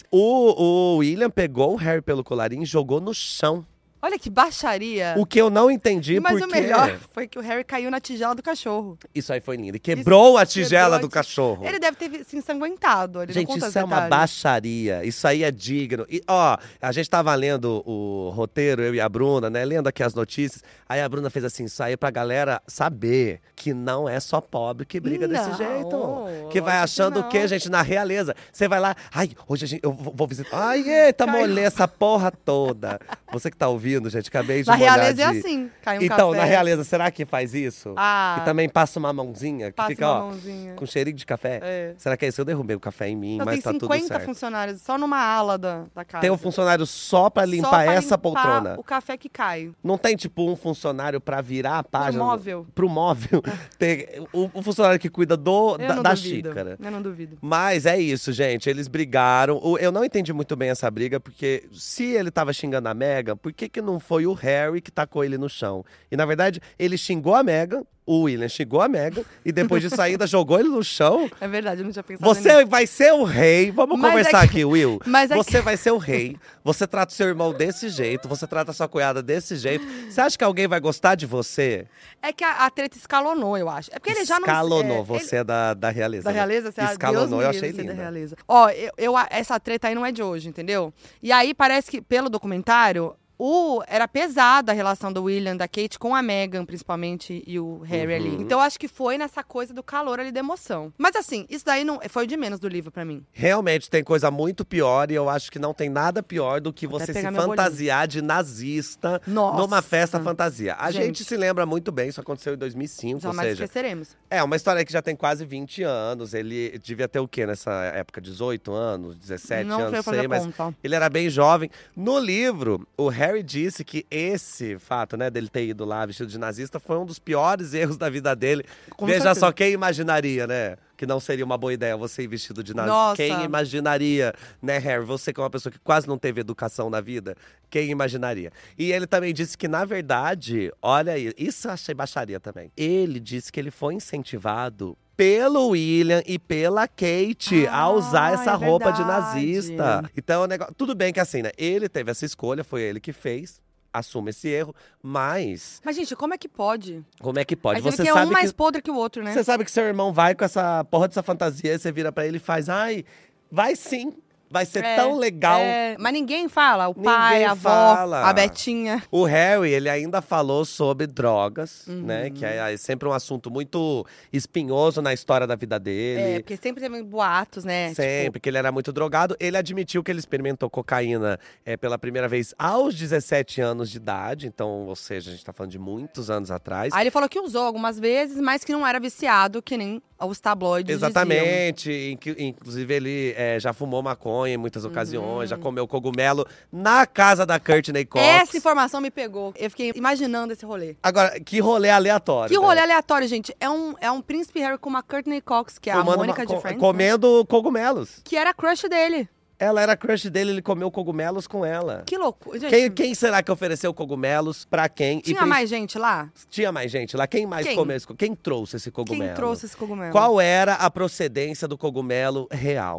o William pegou o Harry pelo colarinho e jogou no chão. Olha que baixaria. O que eu não entendi, Mas porque… o melhor foi que o Harry caiu na tigela do cachorro. Isso aí foi lindo. E quebrou a tigela Quebrou do cachorro. Ele deve ter se ensanguentado. Ele não Gente, conta isso os é uma detalhes. baixaria. Isso aí é digno. E, ó, a gente tava lendo o roteiro, eu e a Bruna, né? Lendo aqui as notícias. Aí a Bruna fez assim, isso aí pra galera saber que não é só pobre que briga desse Não, jeito. Que vai lógico achando que o quê, não. gente? Na realeza. Você vai lá, ai, hoje eu vou visitar. Ai, eita, Caiu. molhei essa porra toda. Você que tá ouvindo, gente, acabei de Na molhar realeza é de… assim. Cai um Então, café. na realeza, será que faz isso? Ah. E também passa uma mãozinha, que Passa fica, uma ó, mãozinha. com cheirinho de café. É. Será que é isso? Eu derrubei o café em mim, Então, mas tem tá tudo 50 certo. funcionários só numa ala da casa. Tem um funcionário só pra Só limpar pra essa limpar poltrona. o café que cai. Não tem, tipo, um funcionário pra virar a página? móvel. Pro móvel. Tem o funcionário que cuida Eu não da duvido. xícara. Eu não duvido. Mas é isso, gente. Eles brigaram. Eu não entendi muito bem essa briga, porque se ele tava xingando a Meghan, por que não foi o Harry que tacou ele no chão? E, na verdade, ele xingou a Meghan, o William xingou a Meghan, e depois disso ainda jogou ele no chão. É verdade, eu não tinha pensado nisso. Você vai ser o rei. Vamos Mas conversar é que- aqui, Will. mas é Você vai ser o rei. Você trata o seu irmão desse jeito. Você trata a sua cunhada desse jeito. Você acha que alguém vai gostar de você? É que a treta escalonou, eu acho. É porque ele já não… Escalonou. ele- Você é da realeza. Da né? realeza? Você Escalonou, eu achei lindo. Da lindo. realeza. Ó, essa treta aí não é de hoje, entendeu? E aí parece que, pelo documentário, era pesada a relação do William, da Kate com a Meghan, principalmente, e o Harry ali. Então eu acho que foi nessa coisa do calor ali da emoção. Mas assim, isso daí não foi o de menos do livro pra mim. Realmente tem coisa muito pior e eu acho que não tem nada pior do que você se pegar meu fantasiar de nazista Nossa. numa festa fantasia. A gente Gente. se lembra muito bem, isso aconteceu em 2005, Jamais ou seja… esqueceremos. É, uma história que já tem quase 20 anos. Ele devia ter o quê nessa época? 18 anos, 17 Não sei anos, fazer sei, mas conta. ele era bem jovem. No livro, o Harry disse que esse fato, né, dele ter ido lá vestido de nazista foi um dos piores erros da vida dele. Com Veja certeza. só, quem imaginaria, né? Que não seria uma boa ideia você ir vestido de nazista. Nossa. Quem imaginaria, né, Harry? Você que é uma pessoa que quase não teve educação na vida, quem imaginaria? E ele também disse que, na verdade, olha aí, isso eu achei baixaria também. Ele disse que ele foi incentivado pelo William e pela Kate a usar essa é roupa de verdade. nazista. Então, o negócio… tudo bem que assim, né? Ele teve essa escolha, foi ele que fez. Assume esse erro, mas Mas, gente, como é que pode? como é que pode? Aí você Você vê que é sabe um mais que podre que o outro, né? você sabe que seu irmão vai com essa porra dessa fantasia, e você vira pra ele e faz, ai, vai sim, vai ser tão legal. Mas ninguém fala. O Ninguém pai, a avó, fala. a Betinha. O Harry, ele ainda falou sobre drogas, né? Que é sempre um assunto muito espinhoso na história da vida dele. Porque sempre teve boatos, né? Sempre, que ele era muito drogado. Ele admitiu que ele experimentou cocaína pela primeira vez aos 17 anos de idade. Então, ou seja, a gente tá falando de muitos anos atrás. Aí ele falou que usou algumas vezes, mas que não era viciado, que nem os tabloides diziam. Exatamente. Inclusive, ele já fumou maconha em muitas ocasiões, já comeu cogumelo na casa da Courtney Cox. Essa informação me pegou. Eu fiquei imaginando esse rolê. Agora, que rolê aleatório. Que né? rolê aleatório, gente. É um príncipe Harry com uma Courtney Cox, que é a Fumando Mônica de Friends, né? comendo cogumelos. Que era a crush dele. Ela era crush dele, ele comeu cogumelos com ela. Que loucura. Gente, Quem será que ofereceu cogumelos pra quem? tinha mais gente lá? Tinha mais gente lá. Quem mais Quem? comeu esse Quem trouxe esse cogumelo? Quem trouxe esse cogumelo? Qual era a procedência do cogumelo real?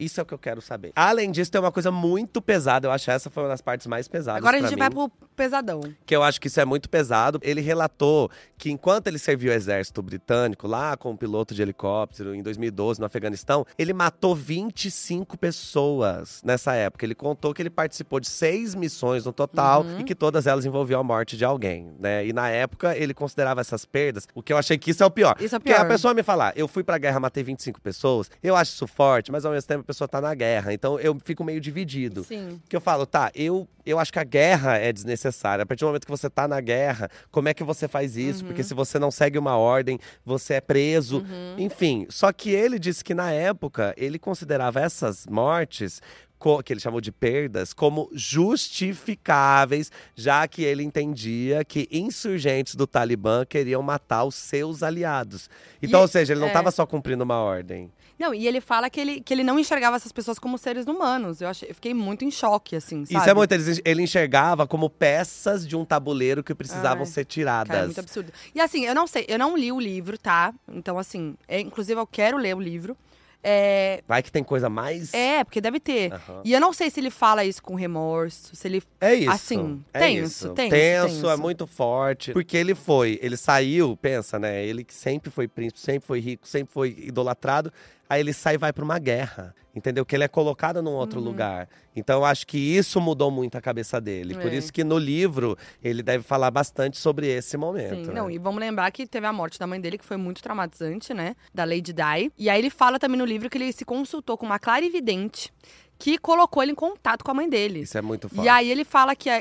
Isso é o que eu quero saber. Além disso, tem uma coisa muito pesada. Eu acho que essa foi uma das partes mais pesadas Agora a pra gente mim. vai pro pesadão. Que eu acho que isso é muito pesado. Ele relatou que enquanto ele serviu o exército britânico, lá como piloto de helicóptero, em 2012, no Afeganistão, ele matou 25 pessoas nessa época. Ele contou que ele participou de 6 missões no total e que todas elas envolviam a morte de alguém, né? E na época, ele considerava essas perdas, o que eu achei que isso é o pior. Isso é o Porque pior. a pessoa me falar, eu fui pra guerra, matei 25 pessoas, eu acho isso forte, mas ao mesmo tempo a pessoa tá na guerra. Então eu fico meio dividido. Sim. Que eu falo, tá, eu acho que a guerra é desnecessária. A partir do momento que você tá na guerra, como é que você faz isso? Porque se você não segue uma ordem, você é preso. Enfim, só que ele disse que na época, ele considerava essas mortes, que ele chamou de perdas, como justificáveis, já que ele entendia que insurgentes do Talibã queriam matar os seus aliados. Então, ou seja, ele não estava só cumprindo uma ordem. Não, e ele fala que ele não enxergava essas pessoas como seres humanos. Eu fiquei muito em choque, assim, sabe? Isso é muito. Ele enxergava como peças de um tabuleiro que precisavam ser tiradas. Cara, é muito absurdo. E assim, eu não sei, eu não li o livro, tá? Então, assim, inclusive eu quero ler o livro. Vai que tem coisa mais… Porque deve ter. E eu não sei se ele fala isso com remorso, se ele… É isso. Assim, é tenso, isso. tenso, Tenso, é muito forte. Porque ele saiu, pensa, né? Ele que sempre foi príncipe, sempre foi rico, sempre foi idolatrado. Aí ele sai e vai pra uma guerra, entendeu? Que ele é colocado num outro lugar. Então eu acho que isso mudou muito a cabeça dele. Por isso que no livro ele deve falar bastante sobre esse momento. Sim, né? não, e vamos lembrar que teve a morte da mãe dele, que foi muito traumatizante, né? Da Lady Di. E aí ele fala também no livro que ele se consultou com uma clarividente que colocou ele em contato com a mãe dele. Isso é muito forte. E aí ele fala que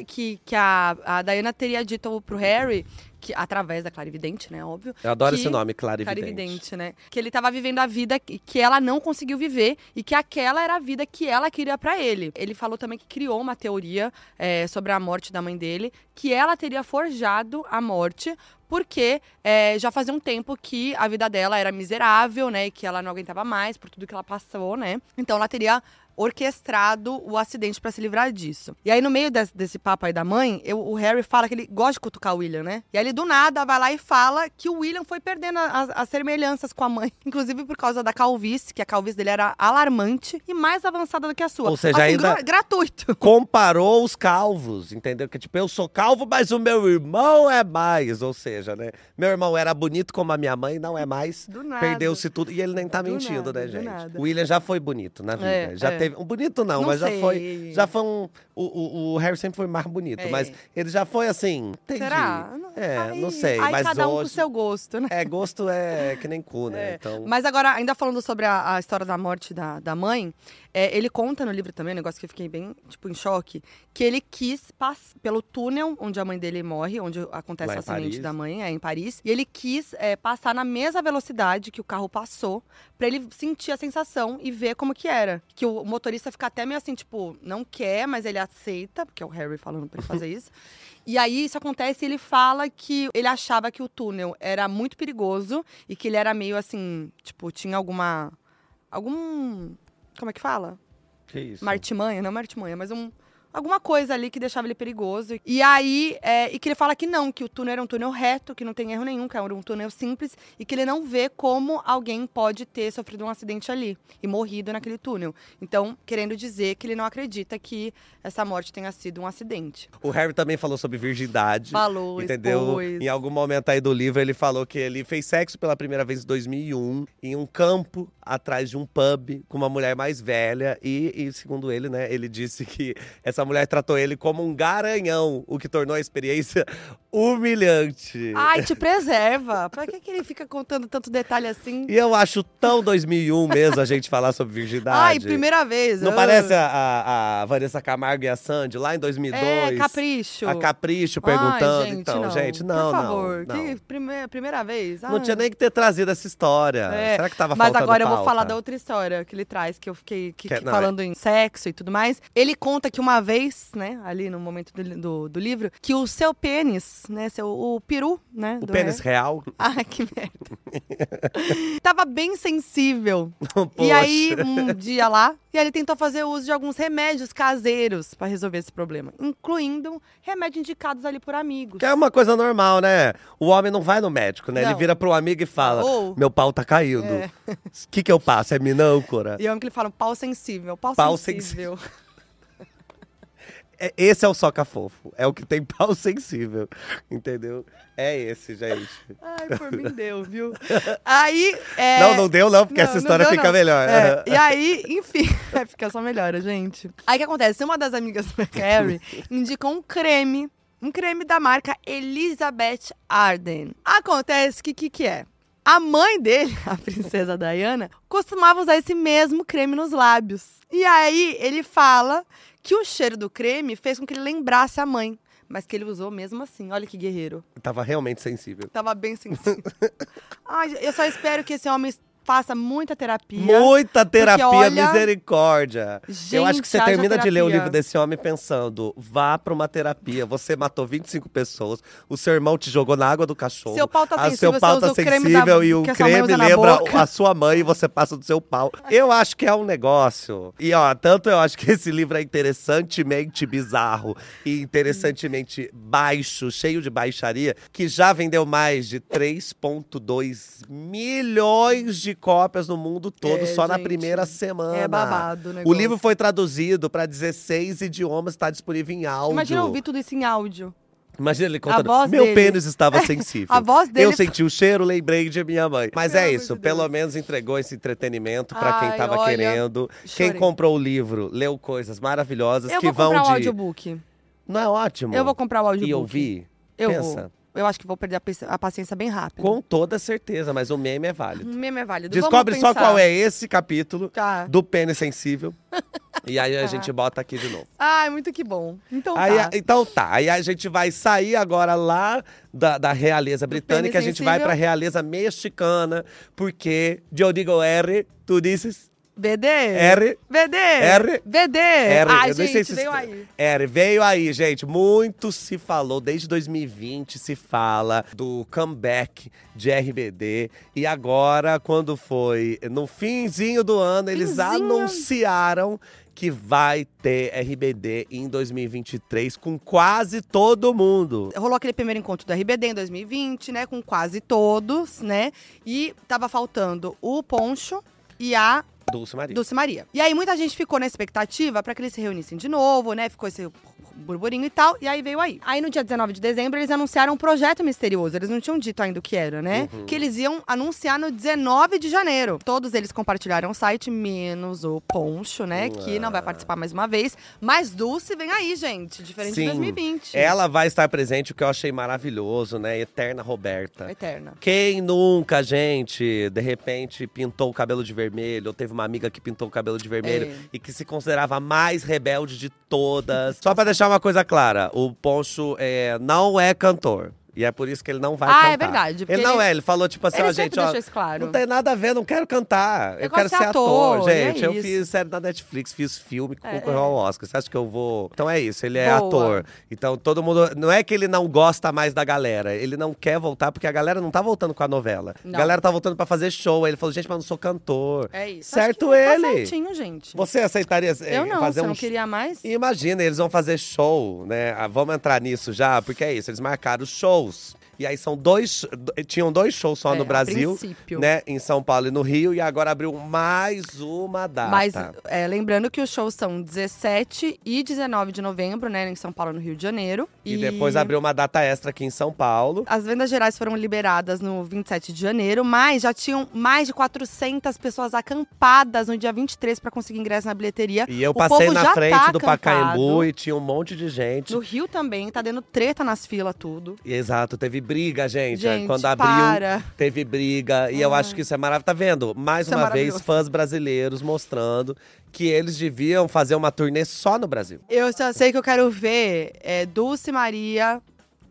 a Diana teria dito pro Harry, que, através da clarividente, né, óbvio. Eu adoro esse nome, clarividente. Clarividente, né? Que ele tava vivendo a vida que ela não conseguiu viver e que aquela era a vida que ela queria pra ele. Ele falou também que criou uma teoria sobre a morte da mãe dele, que ela teria forjado a morte porque já fazia um tempo que a vida dela era miserável, né? E que ela não aguentava mais por tudo que ela passou, né? Então ela teria orquestrado o acidente pra se livrar disso. E aí, no meio desse papo aí da mãe, o Harry fala que ele gosta de cutucar o William, né? E aí ele, do nada, vai lá e fala que o William foi perdendo as semelhanças com a mãe. Inclusive por causa da calvície, que a calvície dele era alarmante e mais avançada do que a sua. Ou seja, assim, ainda gratuito. Comparou os calvos, entendeu? Que tipo, eu sou calvo, mas o meu irmão é mais. Ou seja, né? Meu irmão era bonito como a minha mãe, não é mais. Do nada. Perdeu-se tudo. E ele nem tá Do mentindo, nada, né, do gente? nada. O William já foi bonito na vida. Já teve… Um bonito não, mas sei. já foi um… O Harry sempre foi mais bonito, mas ele já foi assim… Entendi. Será? Não sei. Aí mas cada um hoje… com o seu gosto, né? Gosto é que nem cu, né? Então… Mas agora, ainda falando sobre a história da morte da mãe, ele conta no livro também, um negócio que eu fiquei bem, tipo, em choque, que ele quis passar pelo túnel onde a mãe dele morre, onde acontece Lá o em acidente Paris. da mãe, em Paris, e ele quis passar na mesma velocidade que o carro passou, pra ele sentir a sensação e ver como que era. Que o motorista fica até meio assim, tipo, não quer, mas ele aceita, porque é o Harry falando pra ele fazer isso. E aí isso acontece e ele fala que ele achava que o túnel era muito perigoso e que ele era meio assim, tipo, tinha algum… Como é que fala? Que isso? Martimanha, não martimanha, mas alguma coisa ali que deixava ele perigoso. E aí, e que ele fala que não, que o túnel era um túnel reto, que não tem erro nenhum, que era um túnel simples, e que ele não vê como alguém pode ter sofrido um acidente ali e morrido naquele túnel. Então, querendo dizer que ele não acredita que essa morte tenha sido um acidente. O Harry também falou sobre virgindade. Falou, entendeu? expôs. Em algum momento aí do livro, ele falou que ele fez sexo pela primeira vez em 2001, em um campo atrás de um pub, com uma mulher mais velha. E segundo ele, né, ele disse que essa mulher tratou ele como um garanhão, o que tornou a experiência humilhante. Ai, te preserva. Pra que ele fica contando tanto detalhe assim? E eu acho tão 2001 mesmo a gente falar sobre virgindade. Ai, primeira vez. Não parece a Vanessa Camargo e a Sandy lá em 2002? Capricho. A Capricho perguntando. Ai, gente, então, não. gente, não, Por favor, não. que primeira vez. Não Ai. tinha nem que ter trazido essa história. Será que tava Mas faltando agora eu vou pauta? falar da outra história que ele traz, que eu fiquei Não, falando em sexo e tudo mais. Ele conta que uma vez vez, né, ali no momento do livro, que o seu pênis, né, o peru, né? O pênis real. Ah, que merda. Tava bem sensível. Poxa. E aí, um dia lá, e aí ele tentou fazer uso de alguns remédios caseiros pra resolver esse problema, incluindo remédios indicados ali por amigos. Que é uma coisa normal, né? O homem não vai no médico, né? Não. Ele vira pro amigo e fala, Ou- meu pau tá caindo. O que eu passo? É minâncora? E eu amo que ele fala pau sensível, pau Pau sensível. Esse é o soca fofo. É o que tem pau sensível. Entendeu? É esse, gente. Ai, por mim deu, viu? Aí, Não deu não, porque essa história deu, fica não. melhor. E aí, enfim, fica só melhora, gente. Aí o que acontece? Uma das amigas do Harry indicou um creme da marca Elizabeth Arden. Acontece que é? A mãe dele, a princesa Diana, costumava usar esse mesmo creme nos lábios. E aí ele fala que o cheiro do creme fez com que ele lembrasse a mãe. Mas que ele usou mesmo assim. Olha que guerreiro. Tava realmente sensível. Tava bem sensível. Ai, eu só espero que esse homem faça muita terapia. Muita terapia, olha, misericórdia. Eu acho que você gente, haja termina de ler o terapia. livro desse homem pensando, vá pra uma terapia, você matou 25 pessoas, o seu irmão te jogou na água do cachorro. Seu pau tá sensível, seu pau você tá usa o creme sensível e o que a sua mãe creme usa na lembra boca. a sua mãe e você passa do seu pau. Eu acho que é um negócio. E ó, tanto eu acho que esse livro é interessantemente bizarro e interessantemente baixo, cheio de baixaria, que já vendeu mais de 3,2 milhões de cópias no mundo todo só na gente, primeira semana. é babado o O negócio. livro foi traduzido para 16 idiomas, está disponível em áudio. Imagina eu ouvir tudo isso em áudio. Imagina ele contando, voz meu dele. pênis estava sensível. A voz dele. Eu senti o cheiro, lembrei de minha mãe. Mas Pelo é amor isso, de pelo Deus. menos entregou esse entretenimento para quem Ai, tava olha, querendo. chorei. Quem comprou o livro, leu coisas maravilhosas Eu que vou vão comprar de… o audiobook. Não é ótimo? Eu vou comprar o audiobook. E ouvir? Eu Pensa. vou. Eu acho que vou perder a paciência bem rápido. Com toda certeza, mas o meme é válido. Um meme é válido. Descobre Vamos só pensar. qual é esse capítulo Tá. do pênis sensível. E aí a gente bota aqui de novo. Ai, muito que bom. Então Aí, tá. então tá, aí a gente vai sair agora lá da realeza britânica, a pênis gente vai sensível. pra realeza mexicana, porque eu digo R, tu dizes BD? R. BD? R. BD? R. Ai, Eu nem sei gente, se veio isso- aí. R, veio aí, gente. Muito se falou, desde 2020 se fala do comeback de RBD. E agora, quando foi no finzinho do ano, eles Finzinho. anunciaram que vai ter RBD em 2023 com quase todo mundo. Rolou aquele primeiro encontro do RBD em 2020, né? Com quase todos, né? E tava faltando o Poncho e a Dulce Maria. Dulce Maria. E aí muita gente ficou na expectativa pra que eles se reunissem de novo, né? Ficou esse burburinho e tal, e aí veio aí. Aí no dia 19 de dezembro eles anunciaram um projeto misterioso, eles não tinham dito ainda o que era, né? Que eles iam anunciar no 19 de janeiro. Todos eles compartilharam o site, menos o Poncho, né? Que não vai participar mais uma vez. Mas Dulce vem aí, gente, diferente de 2020. Ela vai estar presente, o que eu achei maravilhoso, né? Eterna Roberta. Eterna. Quem nunca, gente, de repente pintou o cabelo de vermelho, ou teve uma amiga que pintou o cabelo de vermelho É. e que se considerava a mais rebelde de todas. Só pra deixar uma coisa clara, o Poncho não é cantor. E é por isso que ele não vai cantar. É verdade, porque Ele não é, ele falou tipo assim, ele ó, sempre gente, ó, deixou isso claro. não tem nada a ver, não quero cantar. Eu Eu quero gosto de ser ator, ator, e é gente. Eu isso. fiz série na Netflix, fiz filme que É, concorreu ao Oscar. Você acha que eu vou… Então é isso, ele é Boa. ator. Então todo mundo… Não é que ele não gosta mais da galera, ele não quer voltar, porque a galera não tá voltando com a novela. Não. A galera tá voltando pra fazer show. Aí ele falou, gente, mas eu não sou cantor. É isso. Certo Acho que ele. Tá certinho, gente. Você aceitaria Eu não, fazer você um não queria mais? Imagina, eles vão fazer show, né? Vamos entrar nisso já, porque é isso, eles marcaram shows. E aí tinham dois shows só no a Brasil, princípio. né? Em São Paulo e no Rio, e agora abriu mais uma data. Mas lembrando que os shows são 17 e 19 de novembro, né? Em São Paulo e no Rio de Janeiro. E depois abriu uma data extra aqui em São Paulo. As vendas gerais foram liberadas no 27 de janeiro, mas já tinham mais de 400 pessoas acampadas no dia 23 para conseguir ingresso na bilheteria. E eu O passei povo na já frente tá do acampado. Pacaembu e tinha um monte de gente. No Rio também, tá dando treta nas filas, tudo. E, exato, teve briga, gente. Gente, Quando abriu, para. teve briga. E eu acho que isso é maravilhoso. Tá vendo? Mais Isso é uma vez, maravilhoso. fãs brasileiros mostrando que eles deviam fazer uma turnê só no Brasil. Eu só sei que eu quero ver Dulce Maria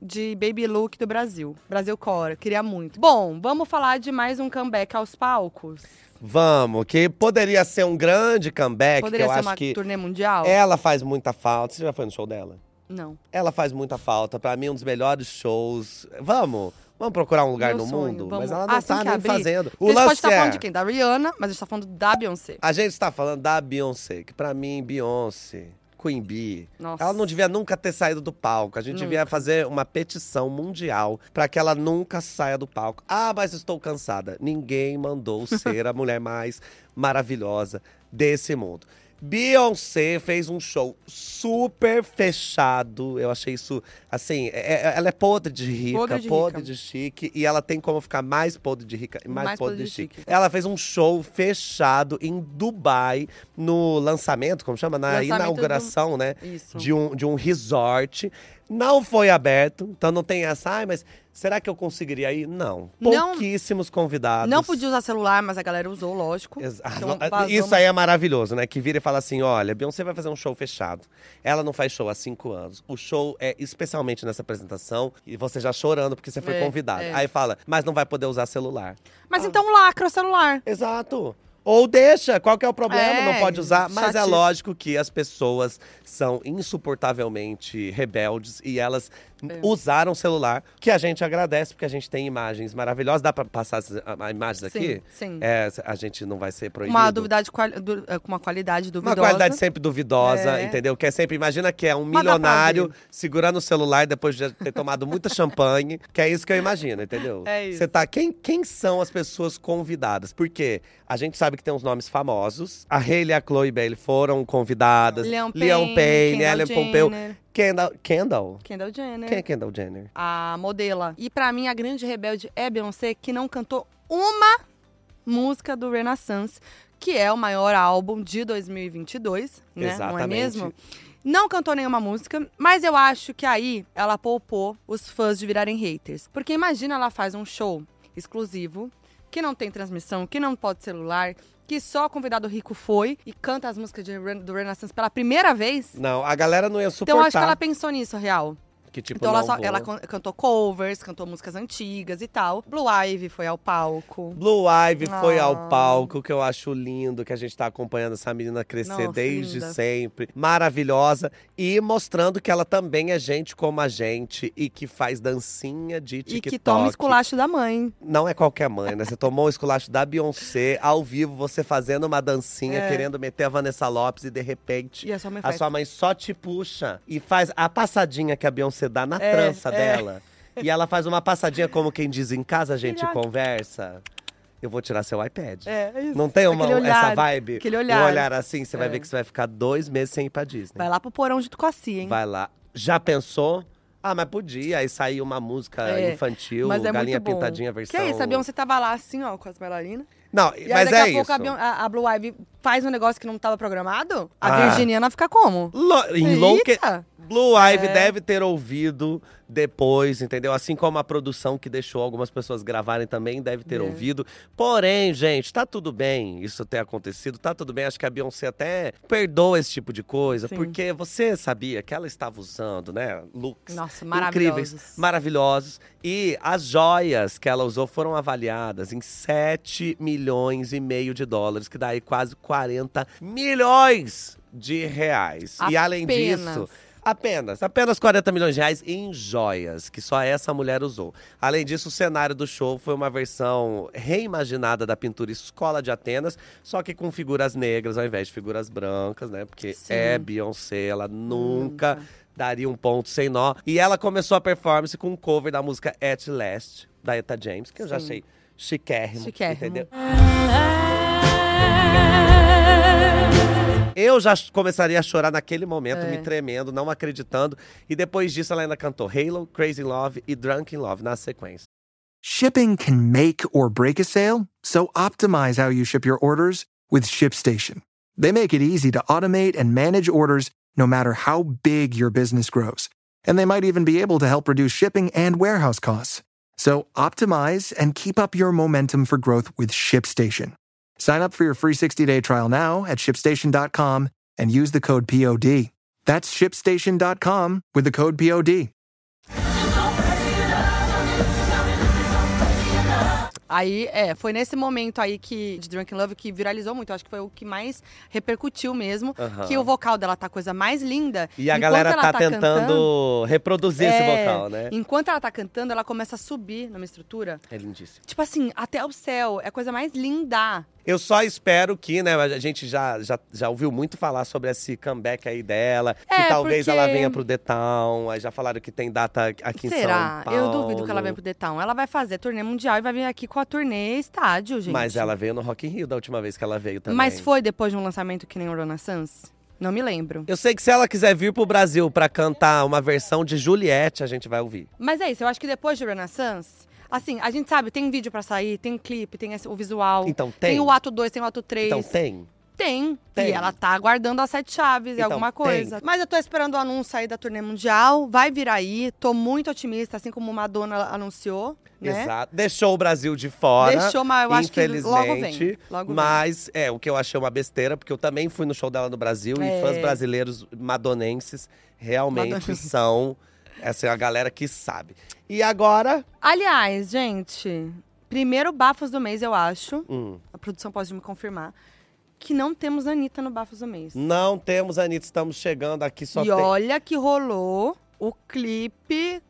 de baby look do Brasil. Brasil Cora, queria muito. Bom, vamos falar de mais um comeback aos palcos? Vamos, que poderia ser um grande comeback. Poderia que eu ser acho uma que turnê mundial? ela faz muita falta. Você já foi no show dela? Não. Ela faz muita falta. Pra mim, um dos melhores shows. Vamos procurar um lugar Meu no sonho, mundo? vamos. Mas ela não Assim tá que nem abrir, fazendo. Porque a gente pode estar falando de quem? Da Rihanna, mas a gente tá falando da Beyoncé. A gente está falando da Beyoncé, que pra mim, Beyoncé, Queen Bee, Nossa. ela não devia nunca ter saído do palco. A gente devia fazer uma petição mundial pra que ela nunca saia do palco. Ah, mas estou cansada. Ninguém mandou ser a mulher mais maravilhosa desse mundo. Beyoncé fez um show super fechado. Eu achei isso, assim, ela é podre de rica, podre de chique. E ela tem como ficar mais podre de rica e mais podre de chique. Ela fez um show fechado em Dubai, no lançamento, como chama? Na inauguração, né? Isso. De um resort. Não foi aberto, então não tem essa. Mas será que eu conseguiria ir? Não. Pouquíssimos convidados. Não podia usar celular, mas a galera usou, lógico. Então, isso aí é maravilhoso, né? Que vira e fala assim, olha, Beyoncé vai fazer um show fechado. Ela não faz show há 5 anos. O show é especialmente nessa apresentação. E você já chorando porque você foi convidado. Aí fala, mas não vai poder usar celular. Mas então lacra o celular. Exato. Ou deixa, qual que é o problema? Não pode usar. Mas é lógico que as pessoas são insuportavelmente rebeldes e elas usaram o celular, que a gente agradece, porque a gente tem imagens maravilhosas. Dá pra passar as imagens aqui? Sim. A gente não vai ser proibido. Com uma qualidade duvidosa. Uma qualidade sempre duvidosa, entendeu? Que é sempre, imagina que é um milionário segurando o celular depois de ter tomado muita champanhe, que é isso que eu imagino, entendeu? É isso. Você tá, quem são as pessoas convidadas? Porque a gente sabe que tem uns nomes famosos. A Hailey e a Chloe Bailey foram convidadas. Leon Payne, Ellen Pompeo. Kendall Jenner. Quem é Kendall Jenner? A modela. E pra mim, a grande rebelde é Beyoncé, que não cantou uma música do Renaissance, que é o maior álbum de 2022, né? Exatamente. Não é mesmo? Não cantou nenhuma música, mas eu acho que aí ela poupou os fãs de virarem haters. Porque imagina, ela faz um show exclusivo, que não tem transmissão, que não pode celular, que só convidado rico foi e canta as músicas do Renaissance pela primeira vez. Não, a galera não ia suportar. Então acho que ela pensou nisso, real. Que, tipo, então ela cantou covers, cantou músicas antigas e tal. Blue Ivy foi ao palco. Foi ao palco, que eu acho lindo, que a gente tá acompanhando essa menina crescer desde sempre. Maravilhosa. E mostrando que ela também é gente como a gente e que faz dancinha de TikTok. E que toma esculacho da mãe. Não é qualquer mãe, né? Você tomou o esculacho da Beyoncé, ao vivo, você fazendo uma dancinha, querendo meter a Vanessa Lopes e de repente e a sua mãe só te puxa e faz a passadinha que a Beyoncé dá na trança dela. E ela faz uma passadinha como quem diz, em casa a gente conversa. Eu vou tirar seu iPad. Isso. Não tem essa vibe? Aquele olhar. Um olhar assim, você vai ver que você vai ficar 2 meses sem ir pra Disney. Vai lá pro porão junto com a Cia, hein? Vai lá. Já pensou? Ah, mas podia. Aí saiu uma música infantil, mas Galinha muito bom. Pintadinha versão… Que é isso, a Beyoncé tava lá assim, ó, com as bailarinas. Não, e mas daqui a isso. pouco a Blue Ivy faz um negócio que não tava programado. A virginiana fica como? Blue Ivy deve ter ouvido depois, entendeu? Assim como a produção que deixou algumas pessoas gravarem também deve ter ouvido. Porém, gente, tá tudo bem isso ter acontecido, tá tudo bem. Acho que a Beyoncé até perdoa esse tipo de coisa, porque você sabia que ela estava usando, né, looks incríveis, maravilhosos. E as joias que ela usou foram avaliadas em 7,5 milhões de dólares, que dá aí quase 40 milhões de reais. E além disso… Apenas 40 milhões de reais em joias, que só essa mulher usou. Além disso, o cenário do show foi uma versão reimaginada da pintura Escola de Atenas, só que com figuras negras ao invés de figuras brancas, né? Porque é Beyoncé, ela nunca daria um ponto sem nó. E ela começou a performance com um cover da música At Last, da Etta James, que eu já achei chiquérrimo, entendeu? Eu já começaria a chorar naquele momento, me tremendo, não acreditando. E depois disso, ela ainda cantou Halo, Crazy Love e Drunk in Love na sequência. Shipping can make or break a sale, so optimize how you ship your orders with ShipStation. They make it easy to automate and manage orders no matter how big your business grows. And they might even be able to help reduce shipping and warehouse costs. So optimize and keep up your momentum for growth with ShipStation. Sign up for your free 60-day trial now at ShipStation.com and use the code POD. That's ShipStation.com with the code POD. Aí, foi nesse momento aí de Drunk in Love que viralizou muito. Eu acho que foi o que mais repercutiu mesmo. Que o vocal dela tá a coisa mais linda. E a galera tá tentando reproduzir esse vocal, né? Enquanto ela tá cantando, ela começa a subir numa estrutura. É lindíssimo. Tipo assim, até o céu. É a coisa mais linda. Eu só espero que, né, a gente já ouviu muito falar sobre esse comeback aí dela. Que talvez ela venha pro The Town. Aí já falaram que tem data aqui em São Paulo. Eu duvido que ela venha pro The Town. Ela vai fazer turnê mundial e vai vir aqui com a turnê estádio, gente. Mas ela veio no Rock in Rio da última vez que ela veio também. Mas foi depois de um lançamento que nem o Renaissance? Não me lembro. Eu sei que se ela quiser vir pro Brasil pra cantar uma versão de Juliette, a gente vai ouvir. Mas é isso, eu acho que depois de Renaissance… Assim, a gente sabe, tem vídeo pra sair, tem clipe, tem o visual. Então tem. Tem o ato 2, tem o ato 3. Então tem. Tem. E ela tá aguardando as 7 chaves e Então, alguma coisa. tem. Mas eu tô esperando o anúncio aí da turnê mundial. Vai vir aí. Tô muito otimista, assim como Madonna anunciou, né? Exato. Deixou o Brasil de fora. Deixou, mas eu acho que logo vem. Mas o que eu achei uma besteira, porque eu também fui no show dela no Brasil. E fãs brasileiros madonenses realmente são… Essa é a galera que sabe. E agora… Aliás, gente, primeiro Bafos do mês, eu acho. A produção pode me confirmar. Que não temos Anitta no Bafos do mês. Não temos Anitta, estamos chegando aqui só. Olha que rolou o clipe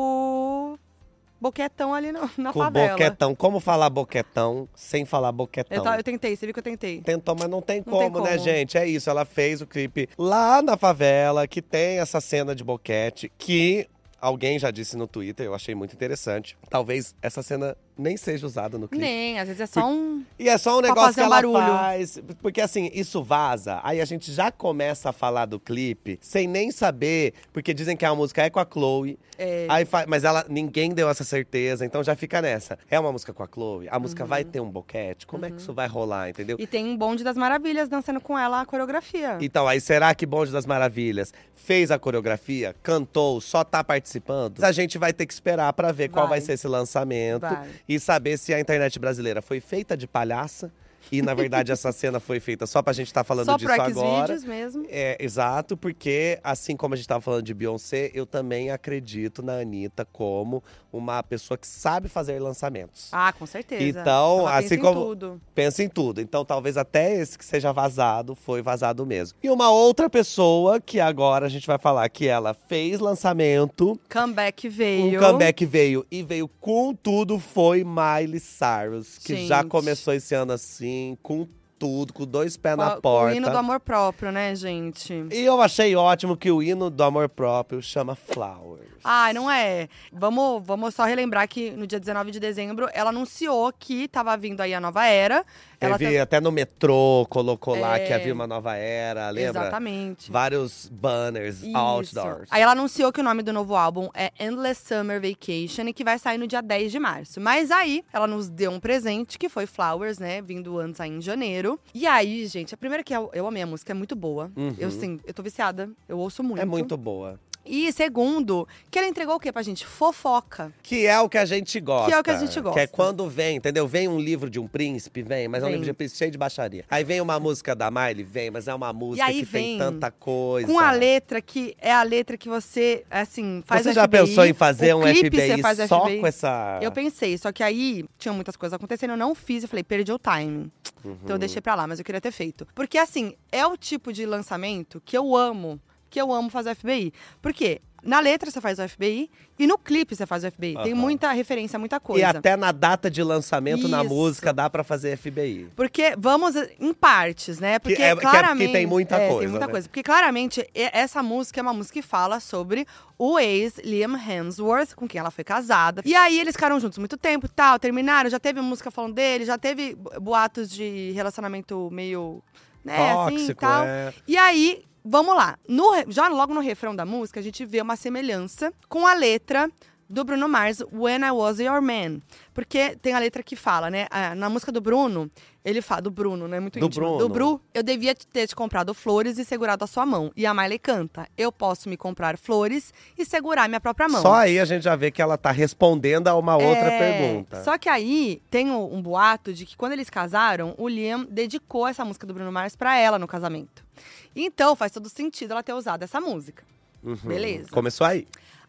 com o Boquetão ali na com favela. Boquetão. Como falar Boquetão sem falar Boquetão? Eu tentei, você viu que eu tentei. Tentou, mas não tem Não tem como, né, como. gente? É isso, ela fez o clipe lá na favela, que tem essa cena de boquete, que… Alguém já disse no Twitter, eu achei muito interessante. Talvez essa cena nem seja usada no clipe. Nem, às vezes é só um… E é só um negócio que ela barulho. faz. Porque assim, isso vaza. Aí a gente já começa a falar do clipe sem nem saber. Porque dizem que a música é com a Chloe. Aí mas ninguém deu essa certeza, então já fica nessa. É uma música com a Chloe? A música vai ter um boquete? Como é que isso vai rolar, entendeu? E tem um Bonde das Maravilhas dançando com ela a coreografia. Então, aí será que Bonde das Maravilhas fez a coreografia, cantou, só tá participando? A gente vai ter que esperar pra ver qual vai ser esse lançamento e saber se a internet brasileira foi feita de palhaça. E, na verdade, essa cena foi feita só pra gente estar falando disso agora. Só pro Xvideos mesmo. Exato, porque assim como a gente tava falando de Beyoncé, eu também acredito na Anitta como uma pessoa que sabe fazer lançamentos. Ah, com certeza. Então, ela assim como… Pensa em tudo. Então, talvez até esse que seja vazado, foi vazado mesmo. E uma outra pessoa que agora a gente vai falar que ela fez lançamento… Comeback veio. Um comeback veio e veio com tudo, foi Miley Cyrus. Que já começou esse ano assim, com tudo, com 2 pés na porta. O hino do amor próprio, né, gente? E eu achei ótimo que o hino do amor próprio chama Flowers. Ah, não é? Vamos só relembrar que no dia 19 de dezembro, ela anunciou que tava vindo aí a nova era. Teve até no metrô, colocou lá que havia uma nova era, lembra? Exatamente. Vários banners, outdoors. Aí ela anunciou que o nome do novo álbum é Endless Summer Vacation e que vai sair no dia 10 de março. Mas aí, ela nos deu um presente, que foi Flowers, né? Vindo antes aí em janeiro. E aí, gente, a primeira que eu amei a música, é muito boa. Eu tô viciada, eu ouço muito. É muito boa. E segundo, que ela entregou o quê pra gente? Fofoca. Que é o que a gente gosta. Que é o que a gente gosta. Que é quando vem, entendeu? Vem um livro de um príncipe, mas é um livro de um príncipe cheio de baixaria. Aí vem uma música da Miley, mas é uma música que tem tanta coisa. Com a letra que é a letra que você, assim, faz Você FBI. já pensou em fazer um FBI só FBI. com essa… Eu pensei, só que aí tinha muitas coisas acontecendo, eu não fiz. Eu falei, perdi o time. Então eu deixei pra lá, mas eu queria ter feito. Porque assim, é o tipo de lançamento que eu amo fazer o FBI. Por quê? Na letra você faz o FBI e no clipe você faz o FBI. Tem muita referência, muita coisa. E até na data de lançamento, na música, dá pra fazer FBI. Porque vamos em partes, né? Porque claramente… Que tem muita coisa, tem muita né? coisa. Porque claramente essa música é uma música que fala sobre o ex Liam Hemsworth, com quem ela foi casada. E aí eles ficaram juntos muito tempo e tal, terminaram. Já teve música falando dele, já teve boatos de relacionamento meio… né, tóxico, assim e tal. E aí… Vamos lá. Já logo no refrão da música, a gente vê uma semelhança com a letra do Bruno Mars, When I Was Your Man. Porque tem a letra que fala, né? Na música do Bruno, ele fala… Do Bruno, né? Muito íntimo. Do Bru, eu devia ter te comprado flores e segurado a sua mão. E a Miley canta, eu posso me comprar flores e segurar minha própria mão. Só aí a gente já vê que ela tá respondendo a uma outra pergunta. Só que aí tem um boato de que quando eles casaram, o Liam dedicou essa música do Bruno Mars pra ela no casamento. Então faz todo sentido ela ter usado essa música. Beleza. Começou aí.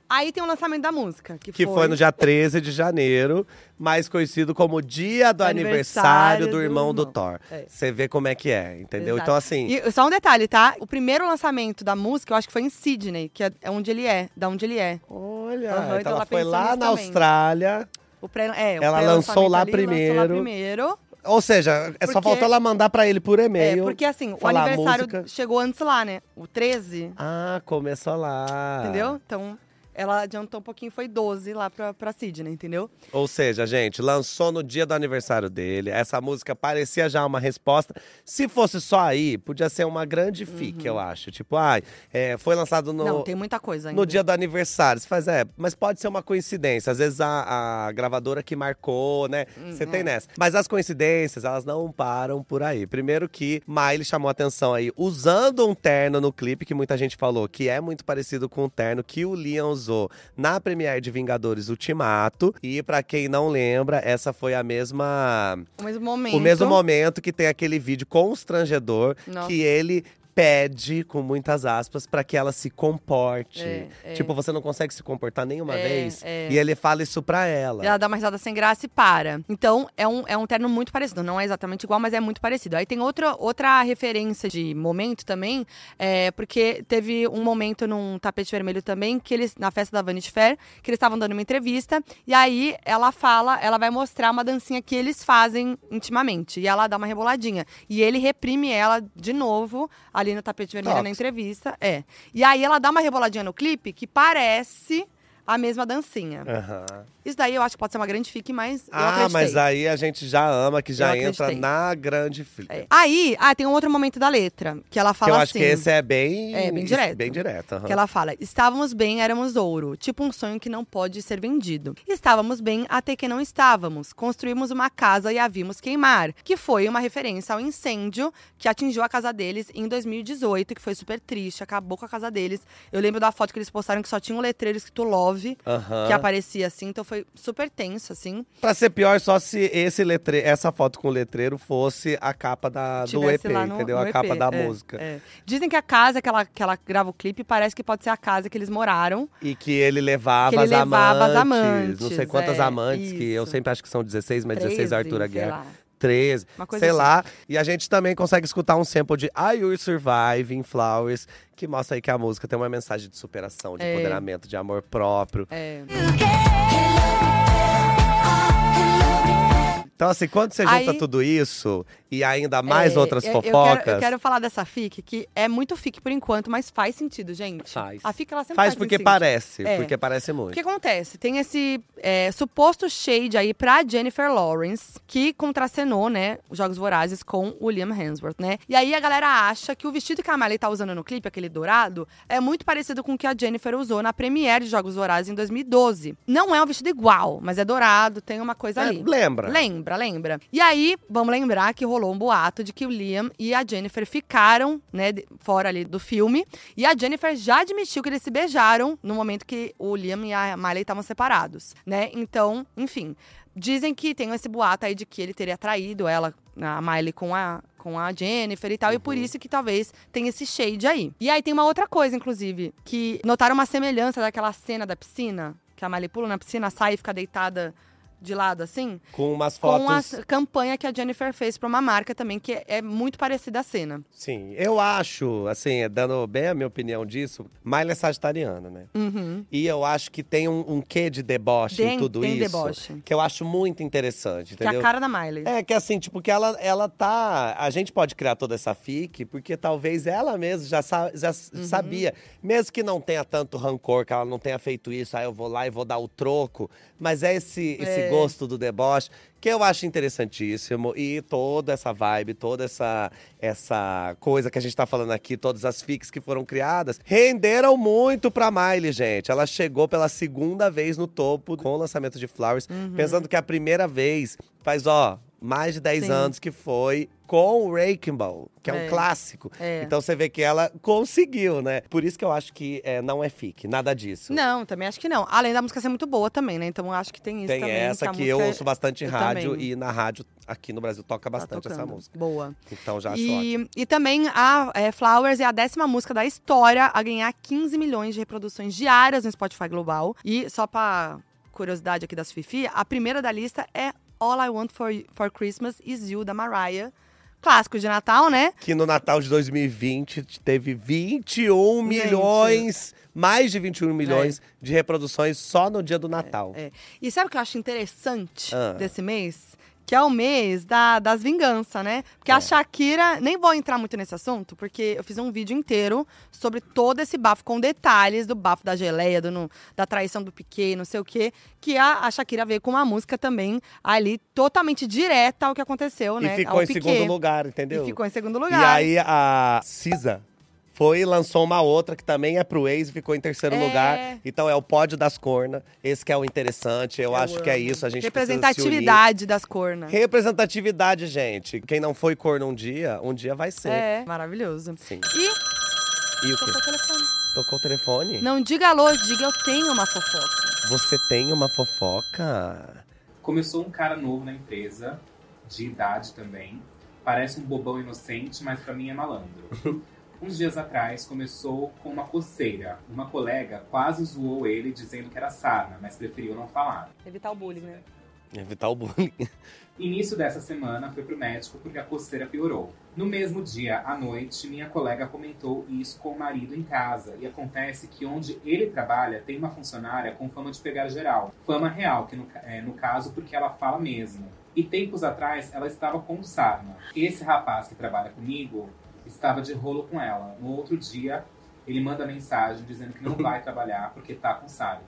Aí tem o lançamento da música, que foi no dia 13 de janeiro, mais conhecido como dia do aniversário do irmão do Thor. Você vê como é que é, entendeu? Exato. Então, assim… E só um detalhe, tá? O primeiro lançamento da música, eu acho que foi em Sydney, que é onde ele é, da onde ele é. Olha, Aham, então ela ela foi pensou lá nisso na também. Austrália. Ela lançou lá primeiro. Ou seja, só Porque- faltou ela mandar pra ele por e-mail. Porque assim, o falar a aniversário música. chegou antes lá, né? O 13, Ah, começou lá. entendeu? Então, ela adiantou um pouquinho, foi 12 lá pra Sydney, entendeu? Ou seja, gente, lançou no dia do aniversário dele. Essa música parecia já uma resposta. Se fosse só aí, podia ser uma grande fic, eu acho. Tipo, foi lançado Não, tem muita coisa ainda. no dia do aniversário. Você faz, mas pode ser uma coincidência. Às vezes a gravadora que marcou, né? Você tem nessa. Mas as coincidências, elas não param por aí. Primeiro que Miley chamou atenção aí, usando um terno no clipe, que muita gente falou que é muito parecido com o terno que o Liam usou na premiere de Vingadores Ultimato. E pra quem não lembra, essa foi a mesma… O mesmo momento. O mesmo momento que tem aquele vídeo constrangedor Nossa. que ele pede, com muitas aspas, pra que ela se comporte. Tipo, você não consegue se comportar nenhuma vez. E ele fala isso pra ela. E ela dá uma risada sem graça e para. Então, é um terno muito parecido. Não é exatamente igual, mas é muito parecido. Aí tem outra referência de momento também, porque teve um momento num tapete vermelho também, que eles, na festa da Vanity Fair, que eles estavam dando uma entrevista. E aí, ela vai mostrar uma dancinha que eles fazem intimamente. E ela dá uma reboladinha. E ele reprime ela de novo, ali no tapete vermelho na entrevista. E aí ela dá uma reboladinha no clipe que parece a mesma dancinha. Isso daí eu acho que pode ser uma grande fic, mas eu acreditei. Mas aí a gente já ama, que já Eu entra acreditei. na grande fic. Aí, tem um outro momento da letra, que ela Que fala eu assim… acho que esse é bem… bem direto. Bem direto, Que ela fala, estávamos bem, éramos ouro, tipo um sonho que não pode ser vendido. Estávamos bem até que não estávamos. Construímos uma casa e a vimos queimar, que foi uma referência ao incêndio que atingiu a casa deles em 2018, que foi super triste, acabou com a casa deles. Eu lembro da foto que eles postaram que só tinha um letreiro escrito Love, que aparecia assim, então foi super tenso, assim. Pra ser pior, só se essa foto com o letreiro fosse a capa do EP, lá no entendeu? A EP, capa da música. Dizem que a casa que ela grava o clipe parece que pode ser a casa que eles moraram. E que ele levava, Que ele as levava as amantes. amantes, Não sei quantas amantes, que eu isso. sempre acho que são 16, mas 16 é Arthur 13, sei Aguiar. lá. 13, Uma coisa sei assim. lá. E a gente também consegue escutar um sample de I Will Survive em Flowers, que mostra aí que a música tem uma mensagem de superação, de empoderamento, de amor próprio. Então, assim, quando você junta tudo isso e ainda mais outras fofocas… Eu quero falar dessa fic, que é muito fic por enquanto, mas faz sentido, gente. Faz. A fic, ela sempre Faz faz porque sentido. parece, porque parece O muito. que acontece? Tem esse suposto shade aí pra Jennifer Lawrence, que contracenou, né, os Jogos Vorazes com o Liam Hemsworth, né? E aí a galera acha que o vestido que a Miley tá usando no clipe, aquele dourado, é muito parecido com o que a Jennifer usou na premiere de Jogos Vorazes em 2012. Não é um vestido igual, mas é dourado, tem uma coisa ali. Lembra. Lembra. E aí, vamos lembrar que rolou um boato de que o Liam e a Jennifer ficaram, né, fora ali do filme. E a Jennifer já admitiu que eles se beijaram no momento que o Liam e a Miley estavam separados, né? Então, enfim, dizem que tem esse boato aí de que ele teria traído ela, a Miley, com a Jennifer e tal. E por isso que talvez tenha esse shade aí. E aí tem uma outra coisa, inclusive, que notaram uma semelhança daquela cena da piscina, que a Miley pula na piscina, sai e fica deitada de lado, assim. Com umas fotos… Com a campanha que a Jennifer fez pra uma marca também, que é muito parecida a cena. Sim, eu acho, assim, dando bem a minha opinião disso, Miley é sagitariana, né? E eu acho que tem um quê de deboche em tudo tem isso. deboche. Que eu acho muito interessante, entendeu? Que é a cara da Miley. Que assim, tipo, que ela tá… A gente pode criar toda essa fic, porque talvez ela mesma já sabia. Mesmo que não tenha tanto rancor, que ela não tenha feito isso, eu vou lá e vou dar o troco. Mas é esse gosto do deboche, que eu acho interessantíssimo. E toda essa vibe, toda essa coisa que a gente tá falando aqui, todas as fics que foram criadas, renderam muito pra Miley, gente. Ela chegou pela segunda vez no topo com o lançamento de Flowers, pensando que a primeira vez faz, mais de 10 Sim. anos, que foi com o Wrecking Ball, que é um clássico. Então você vê que ela conseguiu, né? Por isso que eu acho que não é fic, nada disso. Não, também acho que não. Além da música ser muito boa também, né? Então eu acho que tem isso Tem também. essa a que eu música ouço bastante em eu rádio, também. e na rádio aqui no Brasil toca tá bastante essa tocando. música. Boa. Então já acho ótimo. E também a Flowers é a 10ª música da história a ganhar 15 milhões de reproduções diárias no Spotify Global. E só pra curiosidade aqui das Fifi, a primeira da lista é All I Want for Christmas Is You, da Mariah. Clássico de Natal, né? Que no Natal de 2020 teve 21 milhões, mais de 21 milhões de reproduções só no dia do Natal. E sabe o que eu acho interessante desse mês? Que é o mês das vinganças, né? Porque a Shakira… Nem vou entrar muito nesse assunto, porque eu fiz um vídeo inteiro sobre todo esse bafo, com detalhes do bafo da geleia, da traição do Piquet, não sei o quê. Que a Shakira veio com uma música também ali, totalmente direta ao que aconteceu, né? E ficou em segundo lugar, entendeu? E ficou em segundo lugar. E aí a Cisa foi e lançou uma outra que também é pro ex e ficou em terceiro lugar. Então é o pódio das cornas. Esse que é o interessante. Eu acho que é isso. A gente representatividade das cornas. Representatividade, gente. Quem não foi corno um dia vai ser. É, maravilhoso. Sim. E o quê? tocou o telefone. Tocou o telefone? Não diga alô, diga eu tenho uma fofoca. Você tem uma fofoca? Começou um cara novo na empresa, de idade também. Parece um bobão inocente, mas pra mim é malandro. Uns dias atrás, começou com uma coceira. Uma colega quase zoou ele, dizendo que era sarna, mas preferiu não falar. Evitar o bullying, né? Evitar o bullying. Início dessa semana, foi pro médico porque a coceira piorou. No mesmo dia, à noite, minha colega comentou isso com o marido em casa. E acontece que onde ele trabalha, tem uma funcionária com fama de pegar geral. Fama real, que no caso, porque ela fala mesmo. E tempos atrás, ela estava com sarna. Esse rapaz que trabalha comigo estava de rolo com ela. No outro dia, ele manda mensagem dizendo que não vai trabalhar porque tá com sarna.